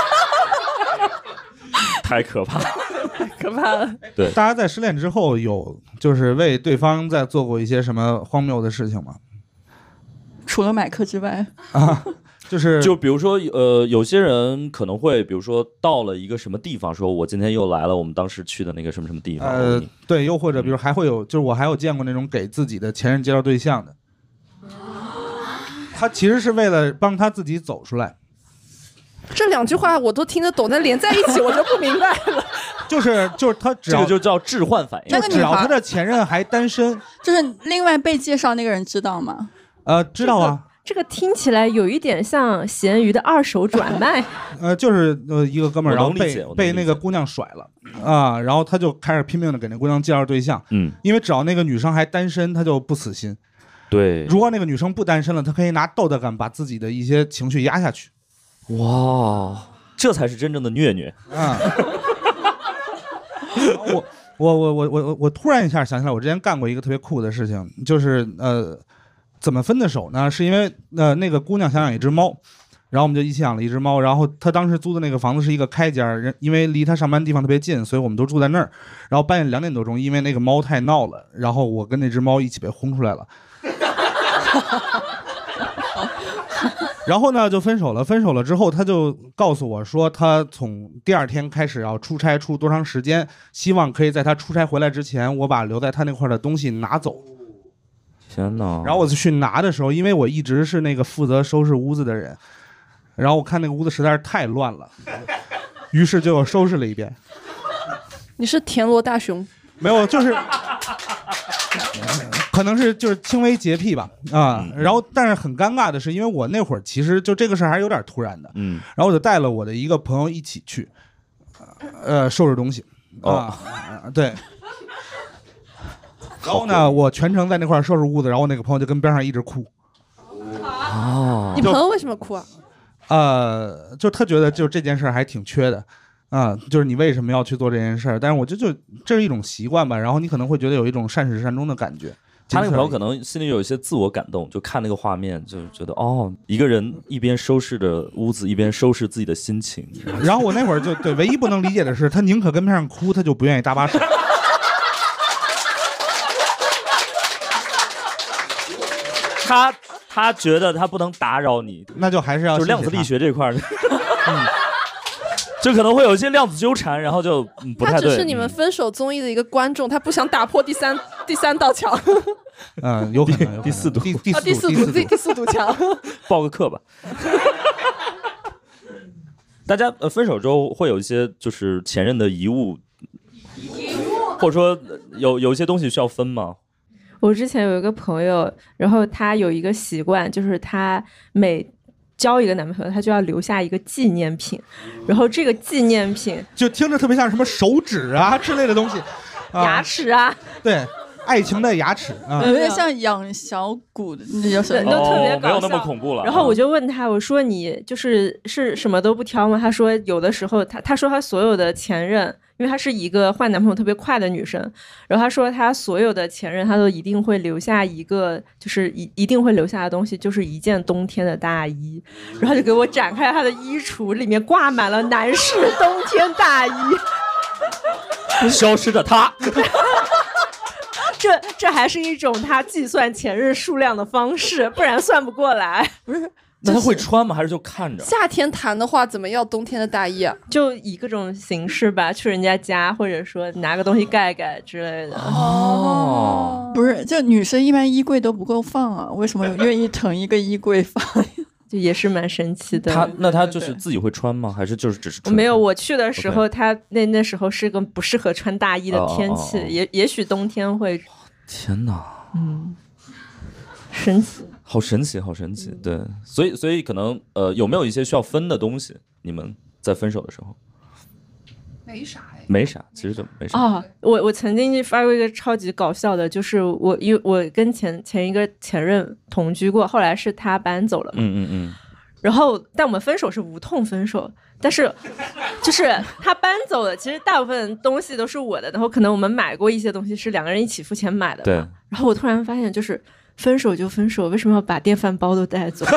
太可怕了， 太可怕了。 对，大家在失恋之后有就是为对方在做过一些什么荒谬的事情吗？ 除了买课之外啊，就是就比如说呃，有些人可能会比如说到了一个什么地方，说我今天又来了我们当时去的那个什么什么地方。 呃，对，又或者比如还会有，就是我还有见过那种给自己的前任介绍对象的，他其实是为了帮他自己走出来。 这两句话我都听得懂，但连在一起我就不明白了。 就是就是他只要这个就叫置换反应， 就只要他的前任还单身， 就是另外被介绍那个人知道吗？ 呃，知道啊。 这个听起来有一点像咸鱼的二手转卖。 呃，就是呃一个哥们儿，然后被被那个姑娘甩了啊，然后他就开始拼命的给那姑娘介绍对象， 嗯， 因为只要那个女生还单身，他就不死心。 对， 如果那个女生不单身了，他可以拿道德感把自己的一些情绪压下去。 哇，这才是真正的虐虐啊！我我我我我我突然一下想起来，我之前干过一个特别酷的事情，就是呃，怎么分的手呢？是因为呃那个姑娘想养一只猫，然后我们就一起养了一只猫。然后她当时租的那个房子是一个开间，因为离她上班地方特别近，所以我们都住在那儿。然后半夜两点多钟，因为那个猫太闹了，然后我跟那只猫一起被轰出来了。 然后呢就分手了，分手了之后他就告诉我说他从第二天开始要出差，出多长时间，希望可以在他出差回来之前我把留在他那块的东西拿走。 天哪！ 然后我去拿的时候，因为我一直是那个负责收拾屋子的人，然后我看那个屋子实在是太乱了，于是就收拾了一遍。 你是田螺大熊？ 没有，就是可能是就是轻微洁癖吧啊。然后但是很尴尬的是，因为我那会儿其实就这个事儿还是有点突然的，嗯。然后我就带了我的一个朋友一起去，呃，收拾东西啊，哦、对。然后呢，我全程在那块收拾屋子，然后我那个朋友就跟边上一直哭。 哦，你朋友为什么哭啊？ 呃，就他觉得就这件事还挺缺的，啊，就是你为什么要去做这件事儿？但是我觉得就这是一种习惯吧，然后你可能会觉得有一种善始善终的感觉。 他那个朋友可能心里有一些自我感动，就看那个画面，就觉得哦，一个人一边收拾着屋子，一边收拾自己的心情。 然后我那会儿就对，唯一不能理解的是，他宁可跟边上哭，他就不愿意搭把手。 他他觉得他不能打扰你， 那就还是要就量子力学这块儿，嗯，就可能会有一些量子纠缠，然后就、嗯、不太对。 他只是你们分手综艺的一个观众，他不想打破第三第三道墙。 嗯，有可能，有可能第四堵， 第第四堵，第四堵，第四堵墙。 报个课吧。大家呃分手之后会有一些就是前任的遗物，或者说有有一些东西需要分吗？ 我之前有一个朋友，然后他有一个习惯，就是他每交一个男朋友，他就要留下一个纪念品，然后这个纪念品就听着特别像什么手指啊之类的东西， 啊、牙齿啊， 对，爱情的牙齿啊， 有点像养小骨的那叫什么， 都特别搞笑， 没有那么恐怖了。 然后我就问他，我说你就是是什么都不挑吗？他说有的时候他他说他所有的前任。因为她是一个换男朋友特别快的女生，然后她说她所有的前任她都一定会留下一个，就是一一定会留下的东西，就是一件冬天的大衣，然后就给我展开她的衣橱，里面挂满了男士冬天大衣。 消失的他， 这这还是一种他计算前任数量的方式，不然算不过来。 不是。 那他会穿吗？还是就看着？ 夏天谈的话，怎么要冬天的大衣啊？ 就以各种形式吧，去人家家，或者说拿个东西盖盖之类的。 哦，不是，就女生一般衣柜都不够放啊，为什么愿意腾一个衣柜放？ 就也是蛮神奇的。 他那他就是自己会穿吗？还是就是只是穿？ 没有，我去的时候， okay. 他那那时候是个不适合穿大衣的天气，哦哦哦也也许冬天会。 天哪， 嗯，神奇。 好神奇，好神奇，对，所以所以可能呃，有没有一些需要分的东西？你们在分手的时候， 没啥哎， 没啥，其实就没啥。 哦，我我曾经发过一个超级搞笑的，就是我因为我跟前前一个前任同居过，后来是他搬走了嘛， 嗯嗯嗯， 然后但我们分手是无痛分手，但是就是他搬走了，其实大部分东西都是我的，然后可能我们买过一些东西是两个人一起付钱买的， 对， 然后我突然发现就是。分手就分手，为什么要把电饭煲都带走？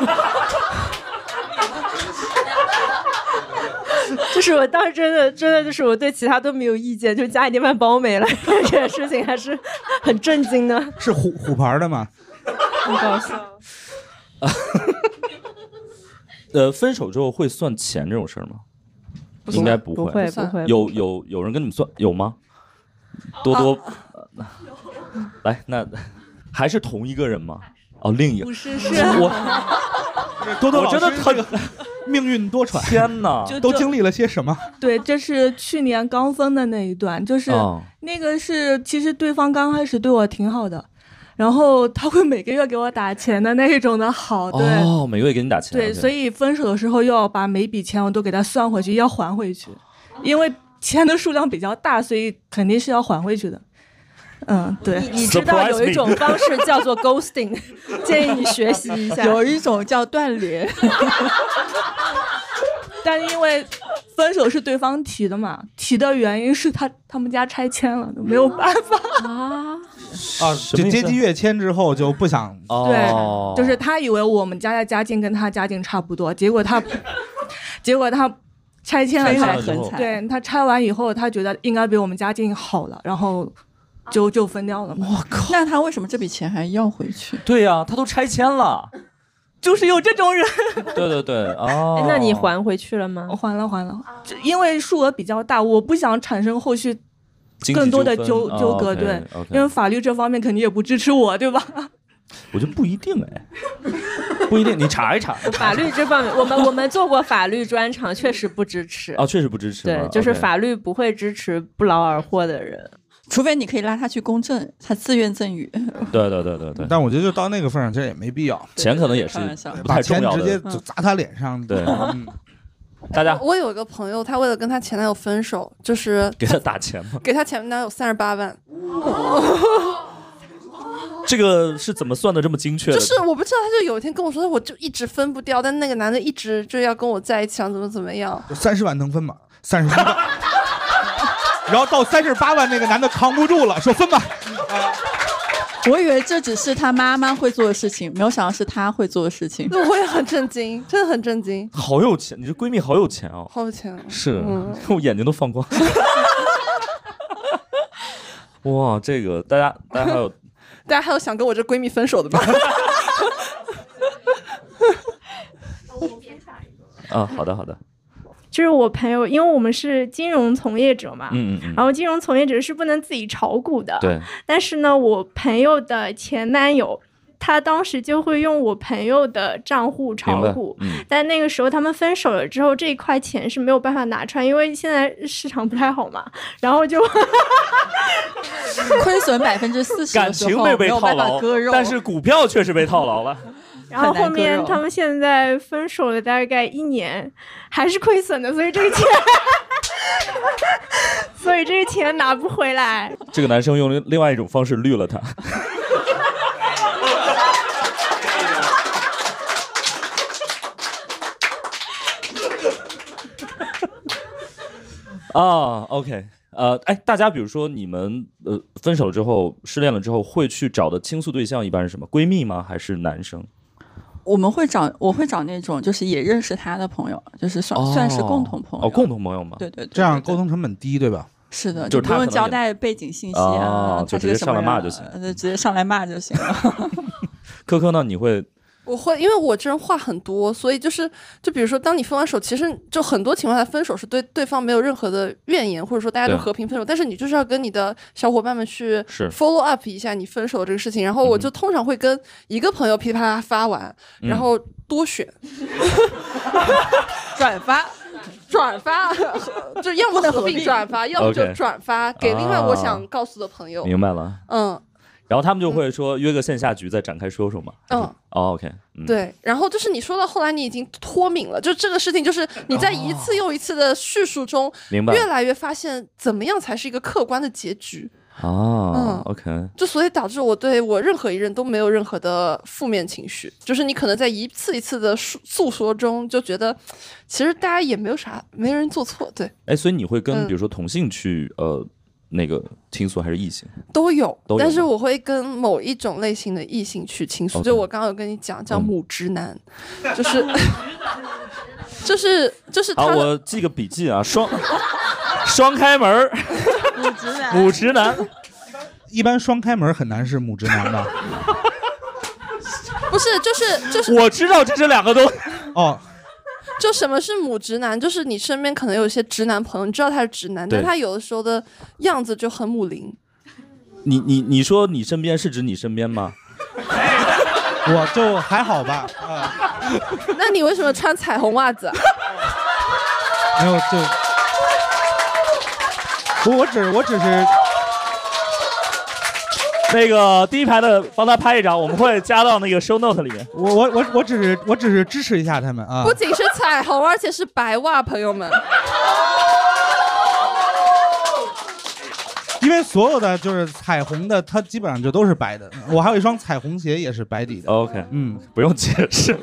就是我当时真的真的就是我对其他都没有意见，就家里电饭煲没了这件事情还是很震惊的。 是虎虎牌的吗？ 很搞笑。 呃，分手之后会算钱这种事儿吗？应该不会，不会，不会。 有有有人跟你们算有吗？多多，啊呃、来那。还是同一个人吗？哦，另一个不是，是我多多， 我觉得他命运多舛。 天哪， 都经历了些什么？ 对，这是去年刚分的那一段，就是、哦、那个是其实对方刚开始对我挺好的，然后他会每个月给我打钱的那一种的好，对， 哦，每个月给你打钱， 对，所以分手的时候要把每笔钱我都给他算回去，要还回去，因为钱的数量比较大，所以肯定是要还回去的。嗯，对， 你, 你知道有一种方式叫做 ghosting， 建议你学习一下。 有一种叫断联， 但因为分手是对方提的嘛，提的原因是他他们家拆迁了，没有办法啊啊，就阶级跃迁之后就不想， 对，就是他以为我们家的家境跟他家境差不多，结果他，结果他拆迁了， 他很惨， 对他拆完以后，他觉得应该比我们家境好了，然后。就就分掉了。 我靠！那他为什么这笔钱还要回去？ 对呀、啊，他都拆迁了， 就是有这种人。 对对对，哦， 那你还回去了吗？ 我还了还了，因为数额比较大，我不想产生后续更多的纠纠葛，对，因为法律这方面肯定也不支持我，对吧？ 我觉得不一定哎，不一定，你查一查。 法律这方面，我们我们做过法律专场，确实不支持。 哦，确实不支持。 对，就是法律不会支持不劳而获的人， 除非你可以拉他去公证，他自愿赠与。 对对对对对。 但我觉得就到那个份上，其实也没必要。 钱可能也是不太重要的， 把钱直接就砸他脸上。 对。嗯大家， 我有一个朋友，她为了跟她前男友分手，就是给他打钱吗？ 给她前男友三十八万。 这个是怎么算的这么精确的？ 就是我不知道，他就有一天跟我说，我就一直分不掉，但那个男的一直就要跟我在一起，想怎么怎么样。 三十万能分吗？三十一万。然后到三十八万，那个男的扛不住了，说分吧。 我以为这只是他妈妈会做的事情，没有想到是他会做的事情。 我也很震惊，真的很震惊。 好有钱，你这闺蜜好有钱哦， 好有钱、啊。 是， 嗯、 我眼睛都放光。哇，这个大家，大家还有， 大家还有想跟我这闺蜜分手的吗？ 啊，好的好的。 就是我朋友，因为我们是金融从业者嘛， 嗯嗯嗯， 然后金融从业者是不能自己炒股的， 对。 但是呢，我朋友的前男友，他当时就会用我朋友的账户炒股， 嗯、 但那个时候他们分手了之后，这一块钱是没有办法拿出来，因为现在市场不太好嘛，然后就亏损百分之四十， 感情没被套牢，但是股票确实被套牢了。 然后后面他们现在分手了大概一年，还是亏损的，所以这个钱，所以这个钱拿不回来。 这个男生用另外一种方式绿了他。啊 ，OK， 呃，哎，大家比如说你们呃分手之后、失恋了之后，会去找的倾诉对象一般是什么？闺蜜吗？还是男生？ 我们会找，我会找那种就是也认识他的朋友，就是算、哦、算是共同朋友。 哦，共同朋友吗？ 对对对， 这样沟通成本低，对吧？ 是的， 就是不用交代背景信息啊， 哦、就直接上来骂就行， 直接上来骂就行了。 科科呢？你会？ 我会，因为我这人话很多，所以就是就比如说，当你分完手，其实就很多情况下分手是对对方没有任何的怨言，或者说大家都和平分手，但是你就是要跟你的小伙伴们去 follow up 一下你分手的这个事情。然后我就通常会跟一个朋友噼里啪啦发完，嗯、然后多选、嗯、转发。转发，就要么合并转发，要么就转发给另外我想告诉的朋友。 啊、明白了， 嗯。 然后他们就会说约个线下局再展开说说嘛。 嗯， 哦 ，OK， 嗯， 对。然后就是你说到后来，你已经脱敏了，就这个事情，就是你在一次又一次的叙述中， 明白， 越来越发现怎么样才是一个客观的结局。 哦， 嗯 ，OK， 就所以导致我对我任何一任都没有任何的负面情绪，就是你可能在一次一次的诉说中就觉得，其实大家也没有啥，没人做错，对。 哎，所以你会跟比如说同性去、嗯、呃那个倾诉，还是异性？ 都有， 都有， 但是我会跟某一种类型的异性去倾诉， okay. 就我刚刚有跟你讲，叫母直男，嗯、就是就是就是他。 好，我记个笔记啊，双双开门。 母直男， 母直男， 一般双开门很难是母直男吧？ 不是，就是就是， 我知道这是两个都哦。 就什么是母直男？就是你身边可能有一些直男朋友，你知道他是直男，但他有的时候的样子就很母灵。 你你你说你身边是指你身边吗？ 我就还好吧。呃、 那你为什么穿彩虹袜子？ 没有，就。我我只我只是那个第一排的帮他拍一张，我们会加到那个 show note 里面。 我我我我只是我只是支持一下他们啊！ 不仅是彩虹，而且是白袜，朋友们。 因为所有的就是彩虹的，它基本上就都是白的。我还有一双彩虹鞋，也是白底的。 OK， 嗯， 不用解释。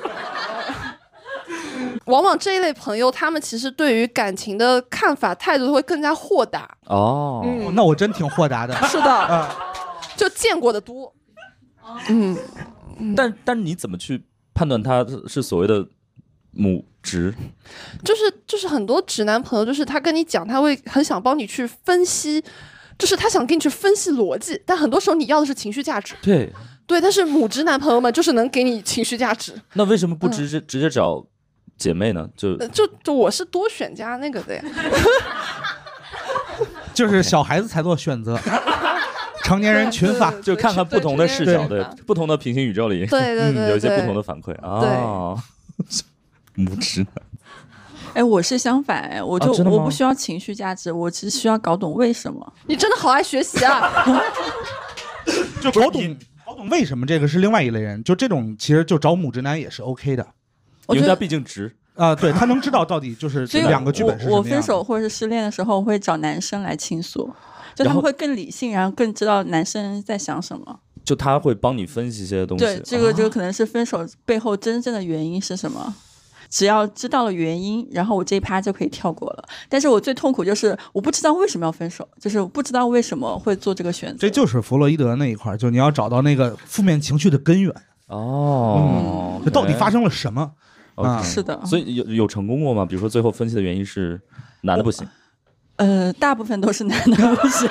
往往这一类朋友，他们其实对于感情的看法态度会更加豁达。 哦， 嗯、 那我真挺豁达的。 是的，呃、就见过的多。嗯， 但但你怎么去判断他是所谓的母直？ 就是就是很多直男朋友，就是他跟你讲，他会很想帮你去分析就是他想跟你去分析逻辑，但很多时候你要的是情绪价值。 对对，但是母直男朋友们就是能给你情绪价值。 那为什么不直接、嗯、直接找姐妹呢？就就就我是多选加那个的呀。 就是小孩子才做选择。成年人群发， 就看看不同的视角，对不同的平行宇宙里， 对对 对, 对、 嗯，有一些不同的反馈啊。母直男， 哎，我是相反，哎，我就、 啊、 我不需要情绪价值，我只需要搞懂为什么。 你真的好爱学习啊！ 就搞懂搞懂为什么，这个是另外一类人，就这种其实就找母直男也是 OK 的， 因为他毕竟直。 啊、呃，对他能知道到底就是两个剧本是什么样的。 我, 我分手或者是失恋的时候，会找男生来倾诉。就他们会更理性，然后更知道男生在想什么。 就他会帮你分析一些东西。 对，这个就可能是分手背后真正的原因是什么。只要知道了原因，然后我这一趴就可以跳过了。但是我最痛苦就是我不知道为什么要分手，就是我不知道为什么会做这个选择。 这就是弗洛伊德那一块，就你要找到那个负面情绪的根源。 哦， 嗯，就到底发生了什么？ 啊、 嗯，是的。 所以有有成功过吗？比如说最后分析的原因是男的不行。 呃，大部分都是男的不行。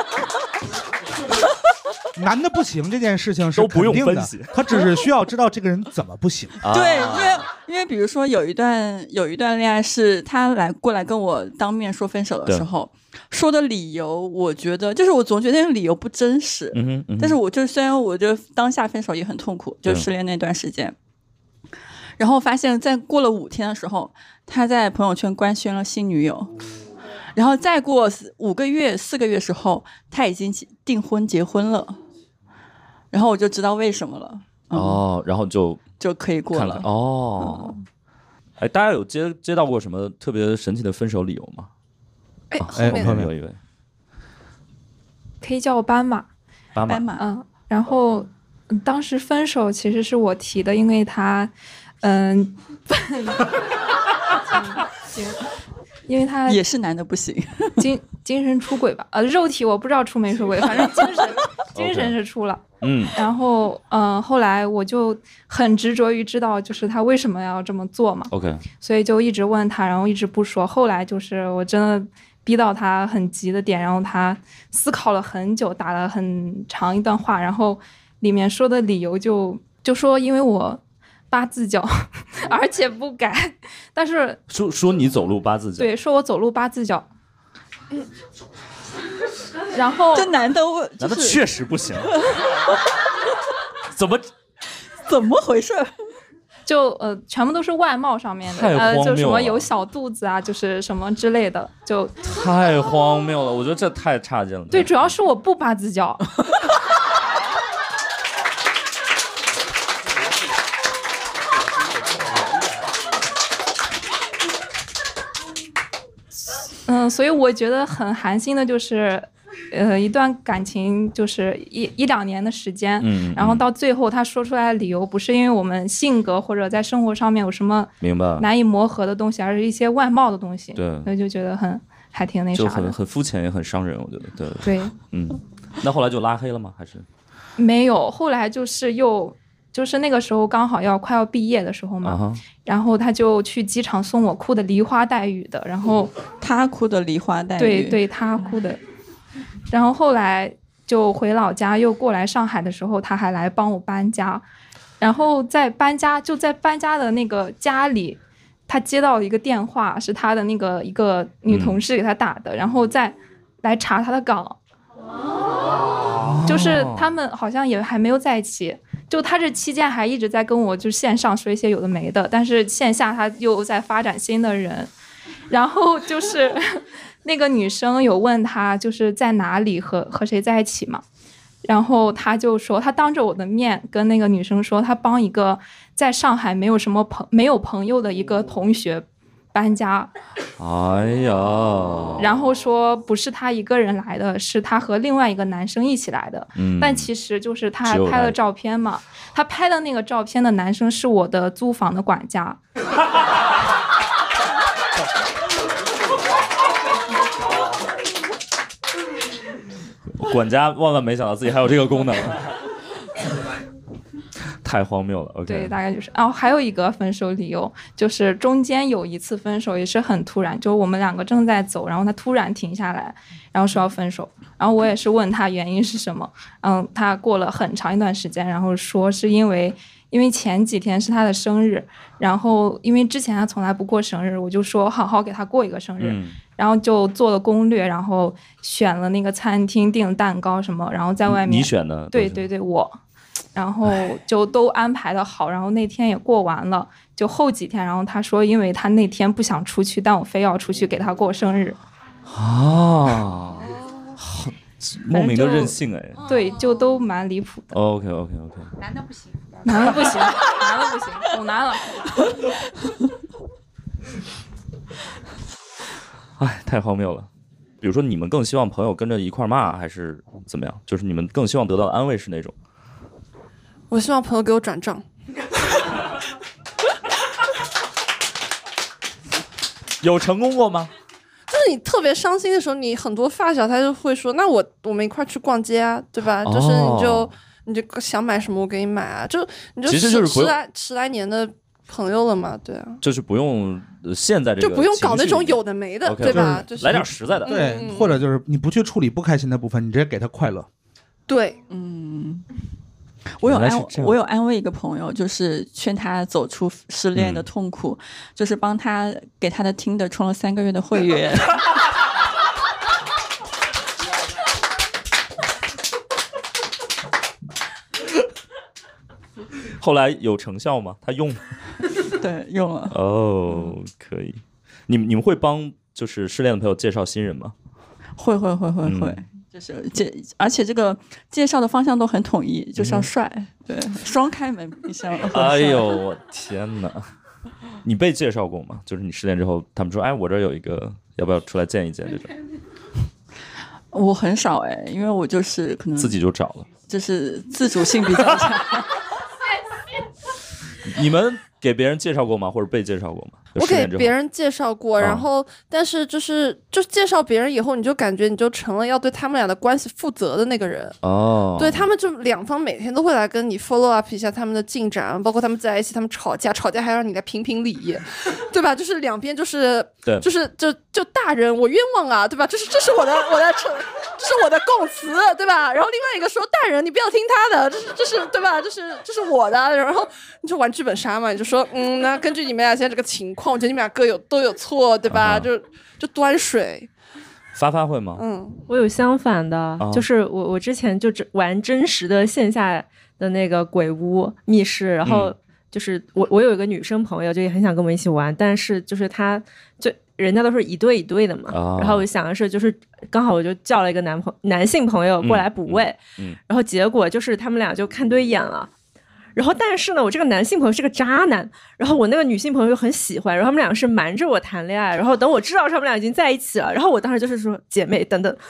男的不行这件事情是肯定的，他只是需要知道这个人怎么不行。 对，因为因为比如说有一段有一段恋爱是他来过来跟我当面说分手的时候，说的理由，我觉得就是我总觉得那个理由不真实。 嗯哼嗯哼， 但是我就虽然我就当下分手也很痛苦，就失恋那段时间。然后发现在过了五天的时候，他在朋友圈官宣了新女友。然后再过五个月、四个月时候，他已经订婚结婚了，然后我就知道为什么了。 嗯、哦，然后就就可以过了。 看看哦，哎、嗯，大家有接接到过什么特别神奇的分手理由吗？ 哎， 哎，我后面有一位， 可以叫我斑马。 斑马， 马嗯，然后当时分手其实是我提的，因为他，嗯。因为他也是男的不行， 精精神出轨吧，呃，肉体我不知道出没出轨，反正精神精神是出了， 嗯， 然后嗯、呃，后来我就很执着于知道，就是他为什么要这么做嘛 ，OK， 所以就一直问他，然后一直不说，后来就是我真的逼到他很急的点，然后他思考了很久，打了很长一段话，然后里面说的理由就就说因为我。八字脚，而且不改，但是说说你走路八字脚， 对，说我走路八字脚，嗯，然后这男的、就是、 男的确实不行，怎么怎么回事？ 就呃，全部都是外貌上面的，呃，就什么有小肚子啊，就是什么之类的，就太荒谬了。我觉得这太差劲了。 对，主要是我不八字脚。嗯，所以我觉得很寒心的就是，呃，一段感情就是一一两年的时间， 嗯， 然后到最后他说出来的理由不是因为我们性格或者在生活上面有什么明白难以磨合的东西，而是一些外貌的东西， 对， 所以就觉得很还挺那啥的， 就很很肤浅也很伤人，我觉得，对对， 嗯，那后来就拉黑了吗？还是没有，后来就是又。就是那个时候刚好要快要毕业的时候嘛， uh-huh. 然后他就去机场送我哭的梨花带雨的，然后他哭的梨花带雨， 对对，他哭的。然后后来就回老家，又过来上海的时候，他还来帮我搬家。然后在搬家就在搬家的那个家里，他接到了一个电话，是他的那个一个女同事给他打的，嗯、然后再来查他的岗。哦、就是他们好像也还没有在一起。就他这期间还一直在跟我就线上说一些有的没的，但是线下他又在发展新的人。然后就是那个女生有问他就是在哪里和和谁在一起嘛，然后他就说他当着我的面跟那个女生说他帮一个在上海没有什么朋没有朋友的一个同学搬家。 哎呀， 然后说不是他一个人来的，是他和另外一个男生一起来的。 嗯， 但其实就是他还拍了照片嘛，他拍的那个照片的男生是我的租房的管家。 管家万万没想到自己还有这个功能。 太荒谬了。OK， 对，大概就是。然后还有一个分手理由，就是中间有一次分手也是很突然，就我们两个正在走，然后他突然停下来，然后说要分手，然后我也是问他原因是什么，嗯，他过了很长一段时间，然后说是因为因为前几天是他的生日，然后因为之前他从来不过生日，我就说好好给他过一个生日。嗯，然后就做了攻略，然后选了那个餐厅，订了蛋糕什么，然后在外面。 你选的？ 对对对，我，然后就都安排的好，然后那天也过完了，就后几天，然后他说，因为他那天不想出去，但我非要出去给他过生日。 啊，莫名的任性哎。 对，就都蛮离谱的。 OK OK OK。 男的不行， 男的不行，男的不行，懂男了。 哎，太荒谬了。比如说，你们更希望朋友跟着一块骂，还是怎么样？就是你们更希望得到的安慰是哪种？ 我希望朋友给我转账。 有成功过吗？ 就是你特别伤心的时候，你很多发小他就会说：“那我我们一块去逛街啊，对吧？”哦、就是你就你就想买什么我给你买啊，就你就其实就是十来十来年的朋友了嘛，对啊， 就是不用现在这个就不用搞那种有的没的， okay, 对吧？ 就是、来点实在的， 对， 嗯、 或者就是你不去处理不开心的部分，你直接给他快乐。 对， 嗯。我有安我有安慰一个朋友，就是劝他走出失恋的痛苦，嗯、就是帮他给他的 Tinder 充了三个月的会员。 后来有成效吗？他用吗？ 对，用了。 哦，可以。你们你们会帮就是失恋的朋友介绍新人吗？ 会会会会会。嗯，就是介，而且这个介绍的方向都很统一，就是要帅，嗯、对，双开门冰箱。 哎呦，我天哪！你被介绍过吗？就是你失恋之后，他们说，哎，我这有一个，要不要出来见一见？这种。 我很少哎，因为我就是可能自己就找了， 就是自主性比较强。 你们给别人介绍过吗？或者被介绍过吗？ 我给别人介绍过，然后但是就是就介绍别人以后，你就感觉你就成了要对他们俩的关系负责的那个人哦。 对，他们就两方每天都会来跟你 follow up 一下他们的进展，包括他们在一起，他们吵架，吵架还让你来评评理，对吧？就是两边就是对， 就是就就大人我冤枉啊，对吧？这是这是我的我的这是我的供词，对吧？然后另外一个说大人你不要听他的，这是这是对吧？这是这是我的，然后你就玩剧本杀嘛，你就说嗯，那根据你们俩现在这个情况。我觉得你们俩各有都有错，对吧？ uh-huh. 就就端水。 发发会吗？ 嗯， 我有相反的， uh-huh. 就是我我之前就玩真实的线下的那个鬼屋密室，然后就是我我有一个女生朋友，就也很想跟我们一起玩，但是就是她就人家都是一对一对的嘛， uh-huh. 然后我想的是就是刚好我就叫了一个男朋男性朋友过来补位， 嗯嗯、 然后结果就是他们俩就看对眼了。然后，但是呢，我这个男性朋友是个渣男，然后我那个女性朋友又很喜欢，然后他们两个是瞒着我谈恋爱，然后等我知道他们俩已经在一起了，然后我当时就是说姐妹等等，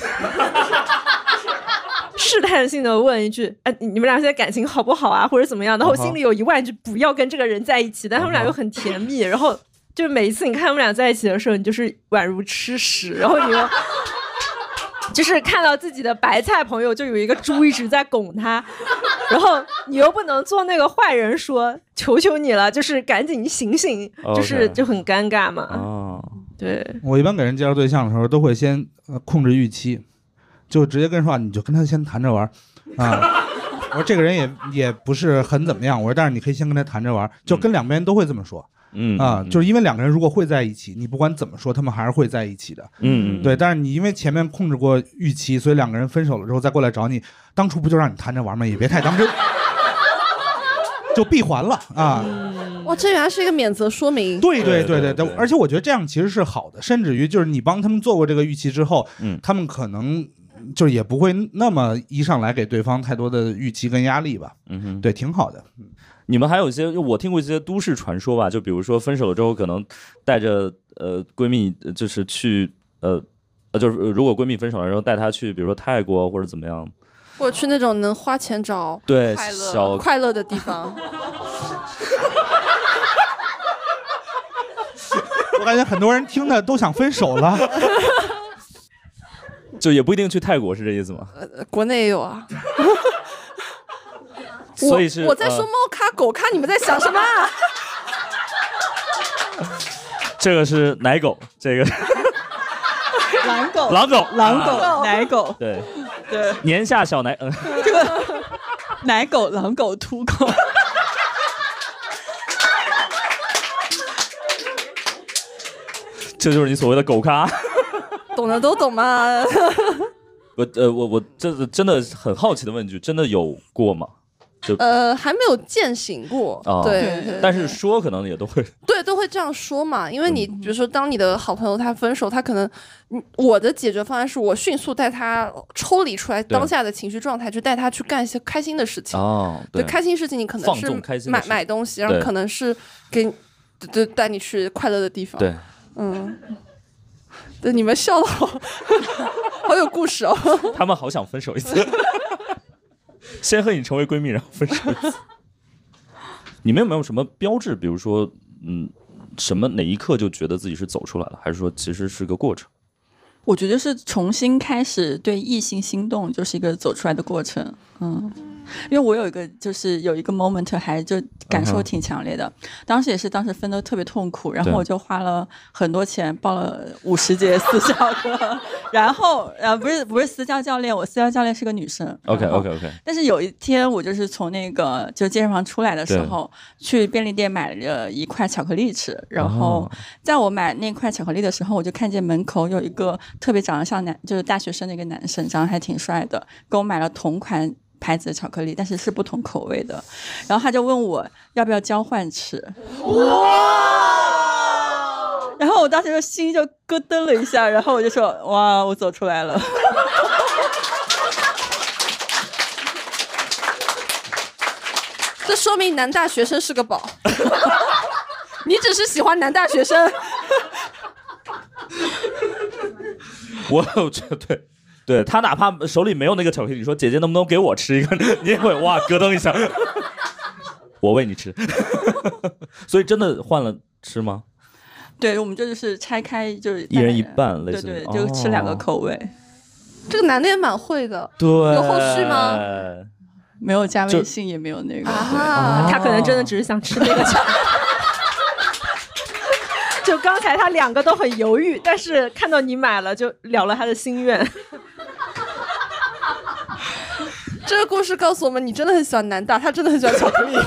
试探性的问一句，哎，你们俩现在感情好不好啊，或者怎么样？然后我心里有一万句不要跟这个人在一起，但他们俩又很甜蜜，然后就每一次你看他们俩在一起的时候，你就是宛如吃屎，然后你又。就是看到自己的白菜朋友就有一个猪一直在拱他，然后你又不能做那个坏人说求求你了，就是赶紧醒醒， okay. 就是就很尴尬嘛。 哦， 对， 我一般给人介绍对象的时候都会先、呃、控制预期，就直接跟说你就跟他先谈着玩啊。我说这个人也也不是很怎么样，我说但是你可以先跟他谈着玩，就跟两边都会这么说。 嗯啊，就是因为两个人如果会在一起，你不管怎么说，他们还是会在一起的。 嗯， 对。但是你因为前面控制过预期，所以两个人分手了之后再过来找你，当初不就让你谈着玩吗？也别太当真，就闭环了啊！ 哇，这原来是一个免责说明。 对对对对对，而且我觉得这样其实是好的，甚至于就是你帮他们做过这个预期之后， 嗯， 他们可能就也不会那么一上来给对方太多的预期跟压力吧。 嗯哼， 对，挺好的。 你们还有一些，我听过一些都市传说吧，就比如说分手了之后，可能带着呃闺蜜，就是去呃呃，就是如果闺蜜分手了，然后带她去，比如说泰国或者怎么样， 或者去那种能花钱找对快乐小快乐的地方。 我感觉很多人听的都想分手了。 就也不一定去泰国，是这意思吗？ 呃，国内也有啊。 所以是我我在说猫咖、呃、狗咖，你们在想什么？ 这个是奶狗，这个狼狗， 狼狗， 狼狗，啊、奶狗， 对对， 年下小奶，嗯， 这个奶狗、狼狗、秃狗。 这就是你所谓的狗咖， 懂的都懂嘛。 我呃我我这真的很好奇的问一句，真的有过吗？就呃还没有践行过，哦、对, 对, 对， 但是说可能也都会， 对，都会这样说嘛。因为你、嗯、比如说，当你的好朋友他分手，他可能，我的解决方案是我迅速带他抽离出来当下的情绪状态，就带他去干一些开心的事情。 哦， 对，对开心事情你可能是买买东西，然后可能是给对带你去快乐的地方。 对。 嗯，对，你们笑的好，好有故事哦。 他们好想分手一次，先和你成为闺蜜，然后分手一次。你们有没有什么标志？比如说，嗯，什么哪一刻就觉得自己是走出来了，还是说其实是个过程？ 我觉得是重新开始对异性心动，就是一个走出来的过程。嗯。因为我有一个就是有一个 moment 还就感受挺强烈的，嗯、当时也是当时分得特别痛苦，然后我就花了很多钱报了五十节私教课，然后呃不是不是私教教练，我私教教练是个女生。 OK OK OK。 但是有一天我就是从那个就健身房出来的时候，去便利店买了一块巧克力吃，然后在我买那块巧克力的时候，我就看见门口有一个特别长得像男就是大学生的一个男生，长得还挺帅的，给我买了同款牌子的巧克力，但是是不同口味的，然后他就问我要不要交换吃。哇！然后我当时就心就咯噔了一下，然后我就说哇，我走出来了。 这说明男大学生是个宝。你只是喜欢男大学生。 我觉得对。对他哪怕手里没有那个巧克力，你说姐姐能不能给我吃一个，你也会哇咯噔一下，我喂你吃。所以真的换了吃吗？ 对，我们这就是拆开，就是一人一半，类似对对，就吃两个口味。哦、 这个男的也蛮会的。 对， 有后续吗？ 没有加微信，也没有那个。 啊、他可能真的只是想吃那个巧克力。就刚才他两个都很犹豫，但是看到你买了，就了了他的心愿。 这个故事告诉我们，你真的很喜欢男大，他真的很喜欢巧克力。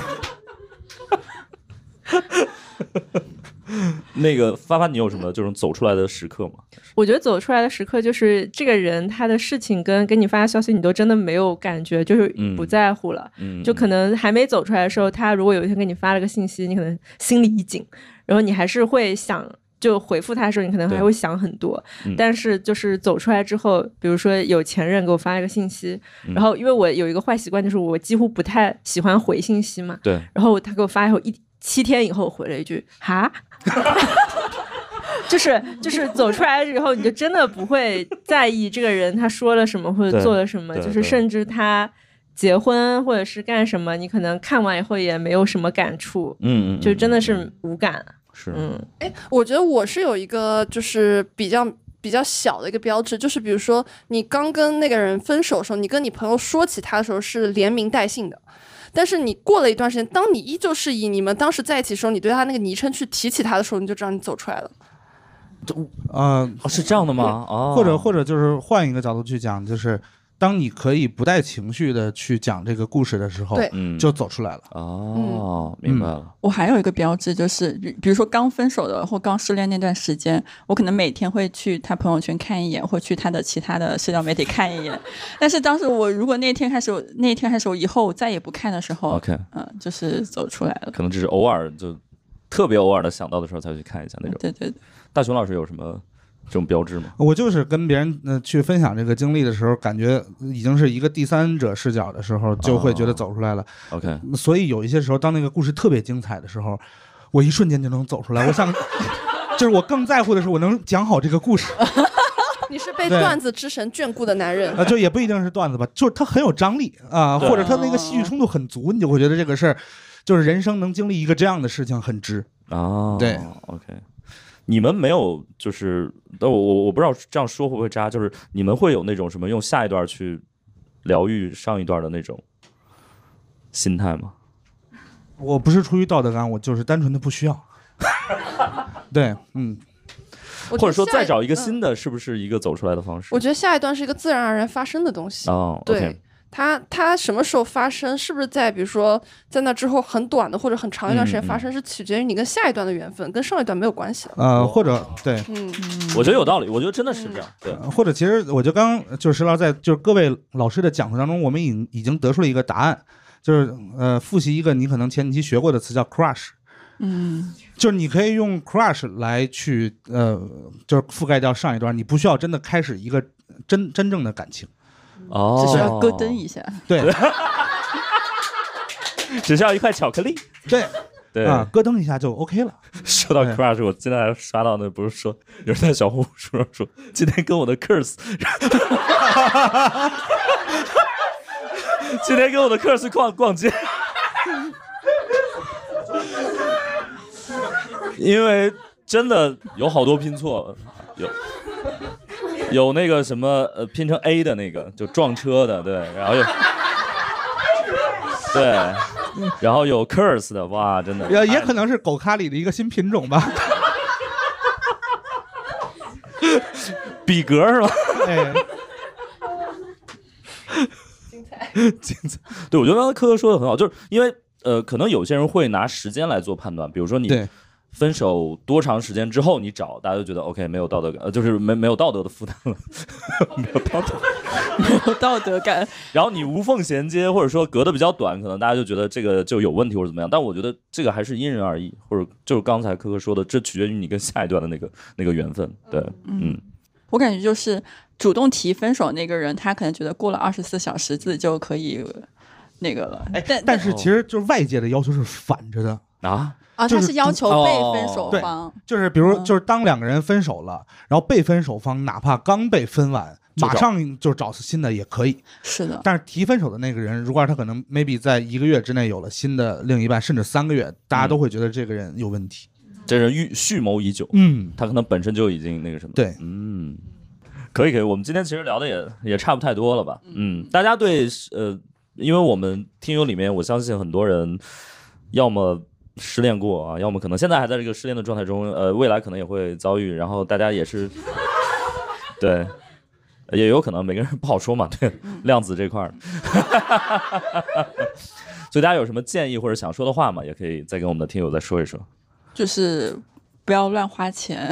那个发发，你有什么这种走出来的时刻吗？ 我觉得走出来的时刻就是这个人他的事情跟跟你发消息，你都真的没有感觉，就是不在乎了。嗯，就可能还没走出来的时候，他如果有一天给你发了个信息，你可能心里一紧，然后你还是会想。就回复他的时候你可能还会想很多、嗯、但是就是走出来之后，比如说有前任给我发一个信息、嗯、然后因为我有一个坏习惯，就是我几乎不太喜欢回信息嘛， 对， 然后他给我发以后一七天以后回了一句哈就是就是走出来以后你就真的不会在意这个人他说了什么或者做了什么，就是甚至他结婚或者是干什么你可能看完以后也没有什么感触，嗯嗯，就真的是无感。 是， 嗯，哎，我觉得我是有一个就是比较比较小的一个标志，就是比如说你刚跟那个人分手的时候，你跟你朋友说起他的时候是连名带姓的，但是你过了一段时间，当你依旧是以你们当时在一起的时候，你对他那个昵称去提起他的时候，你就知道你走出来了。 呃， 哦，是这样的吗？哦， 或者或者就是换一个角度去讲，就是当你可以不带情绪的去讲这个故事的时候， 对， 就走出来了。 哦，明白了、嗯。 我还有一个标志，就是比如说刚分手的或刚失恋那段时间，我可能每天会去他朋友圈看一眼，或去他的其他的社交媒体看一眼。但是当时我如果那天开始，那天开始我以后我再也不看的时候 ，OK， 嗯，就是走出来了。 可能只是偶尔就特别偶尔的想到的时候才去看一下那种。 对对对。 大熊老师有什么？这种标志吗？ 我就是跟别人、呃、去分享这个经历的时候，感觉已经是一个第三者视角的时候，就会觉得走出来了。 哦、OK， 所以有一些时候，当那个故事特别精彩的时候，我一瞬间就能走出来。我想，就是我更在乎的是，我能讲好这个故事。 你是被段子之神眷顾的男人啊、呃，就也不一定是段子吧，就是他很有张力啊、呃，或者他那个戏剧冲突很足，你就会觉得这个事儿，就是人生能经历一个这样的事情很值啊、哦。 对 ，OK。你们没有就是，我我我不知道这样说会不会渣，就是你们会有那种什么用下一段去疗愈上一段的那种心态吗？ 我不是出于道德感，我就是单纯的不需要。对，嗯。 或者说再找一个新的，是不是一个走出来的方式？ 我觉得下一段是一个自然而然发生的东西。 哦， 对。 okay 它它什么时候发生，是不是在比如说在那之后很短的或者很长一段时间发生，嗯嗯是取决于你跟下一段的缘分，跟上一段没有关系了。 呃，或者对， 嗯， 我觉得有道理，我觉得真的是这样。对， 或者其实我觉得刚刚就是石老师在就是各位老师的讲述当中，我们已经已经得出了一个答案，就是呃复习一个你可能前期学过的词叫 crush。 嗯， 就是你可以用 crush 来去呃，就是覆盖掉上一段，你不需要真的开始一个真真正的感情。 哦， 只需要咯噔一下， 对， 只需要一块巧克力， 对对啊，咯噔一下就 OK 了。 说到 crush， 我今天还刷到那不是说有人在小红书上说今天跟我的 curse， 今天跟我的 curse 逛逛街，因为真的有好多拼错，有。有那个什么呃拼成 A 的那个就撞车的，对，然后有对，然后有 curse 的，哇，真的也也可能是狗咖喱的一个新品种吧。 比格是吧？ 哎， 精彩， 精彩。对，我觉得刚刚科科说的很好，就是因为呃，可能有些人会拿时间来做判断，比如说你。分手多长时间之后你找，大家就觉得 OK 没有道德感，呃，就是没没有道德的负担了，没有道德， 没有道德感。 然后你无缝衔接，或者说隔得比较短，可能大家就觉得这个就有问题或者怎么样。但我觉得这个还是因人而异，或者就是刚才科科说的，这取决于你跟下一段的那个那个缘分。对，嗯，嗯我感觉就是主动提分手那个人，他可能觉得过了二十四小时自己就可以那个了。 哎， 但但是其实就是外界的要求是反着的啊。 啊， 就是、 他是要求被分手方， 哦、就是比如就是当两个人分手了，嗯、然后被分手方哪怕刚被分完，马上就找新的也可以。 是的， 但是提分手的那个人，如果他可能 maybe 在一个月之内有了新的另一半，甚至三个月，大家都会觉得这个人有问题。 嗯、这人预蓄谋已久， 嗯， 他可能本身就已经那个什么。 对， 嗯，可以可以，我们今天其实聊的也也差不太多了吧？嗯，大家对呃，因为我们听友里面，我相信很多人要么。失恋过啊，要么可能现在还在这个失恋的状态中，呃，未来可能也会遭遇，然后大家也是，对，也有可能每个人不好说嘛，对，量子这块儿，所以大家有什么建议或者想说的话嘛，也可以再跟我们的听友再说一说。 就是不要乱花钱。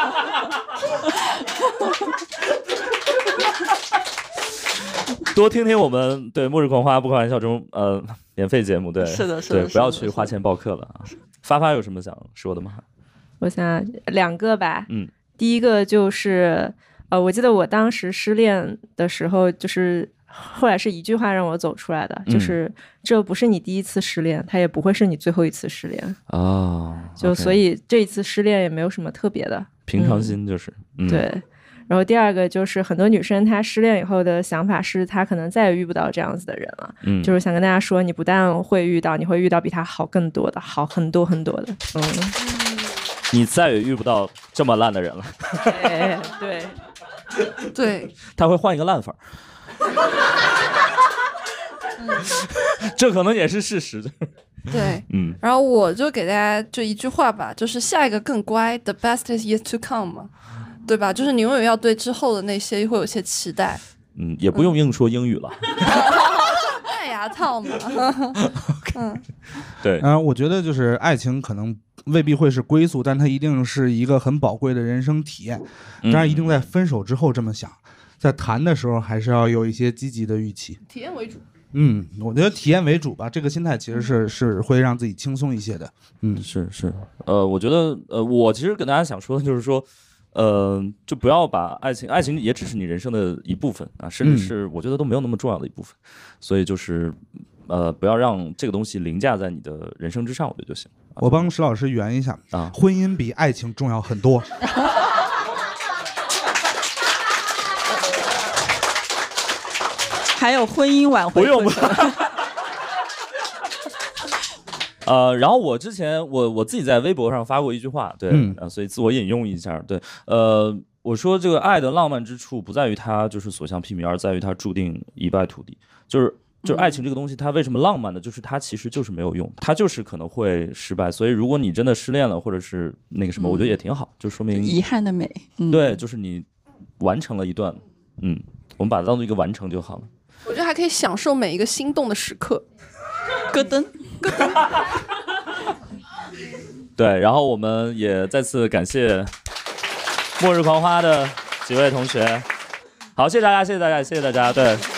多听听我们对《末日狂花不开玩笑》中呃免费节目，对， 是的，是的， 对，不要去花钱报课了啊。发发有什么想说的吗？ 我想两个吧， 嗯， 第一个就是呃，我记得我当时失恋的时候，就是后来是一句话让我走出来的， 嗯、 就是这不是你第一次失恋，它也不会是你最后一次失恋啊。 哦、 就 okay 所以这一次失恋也没有什么特别的， 平常心就是、 嗯嗯、对。然后第二个就是很多女生她失恋以后的想法是她可能再也遇不到这样子的人了， 嗯， 就是想跟大家说，你不但会遇到，你会遇到比他好更多的，好很多很多的，嗯， 你再也遇不到这么烂的人了， 对对对， 他会换一个烂法，这可能也是事实。 对， 嗯， 然后我就给大家就一句话吧，就是下一个更乖 ，the best is yet to come。对吧？就是你永远要对之后的那些会有些期待。 嗯，也不用硬说英语了。 戴牙套嘛。 嗯，对。 嗯、呃，我觉得就是爱情可能未必会是归宿，但它一定是一个很宝贵的人生体验。当然，一定在分手之后这么想，在谈的时候还是要有一些积极的预期。 体验为主。 嗯，我觉得体验为主吧，这个心态其实是是会让自己轻松一些的。嗯， 是是。呃，我觉得呃，我其实跟大家想说的就是说。呃，就不要把爱情，爱情也只是你人生的一部分啊，甚至是我觉得都没有那么重要的一部分，嗯、所以就是，呃，不要让这个东西凌驾在你的人生之上，我觉得就行。 我帮石老师圆一下啊， 婚姻比爱情重要很多。 还有婚姻挽回， 不用吧。呃，然后我之前我我自己在微博上发过一句话，对， 嗯呃、所以自我引用一下，对，呃，我说这个爱的浪漫之处不在于它就是所向披靡，而在于它注定一败涂地。就是就是爱情这个东西，它为什么浪漫呢？就是它其实就是没有用，它就是可能会失败。所以如果你真的失恋了，或者是那个什么，我觉得也挺好，就说明遗憾的美。 嗯、对，就是你完成了一段，嗯，我们把它当做一个完成就好了。 我觉得还可以享受每一个心动的时刻。 咯噔，咯噔。 对，然后我们也再次感谢末日狂花的几位同学。好，谢谢大家，谢谢大家，谢谢大家。对。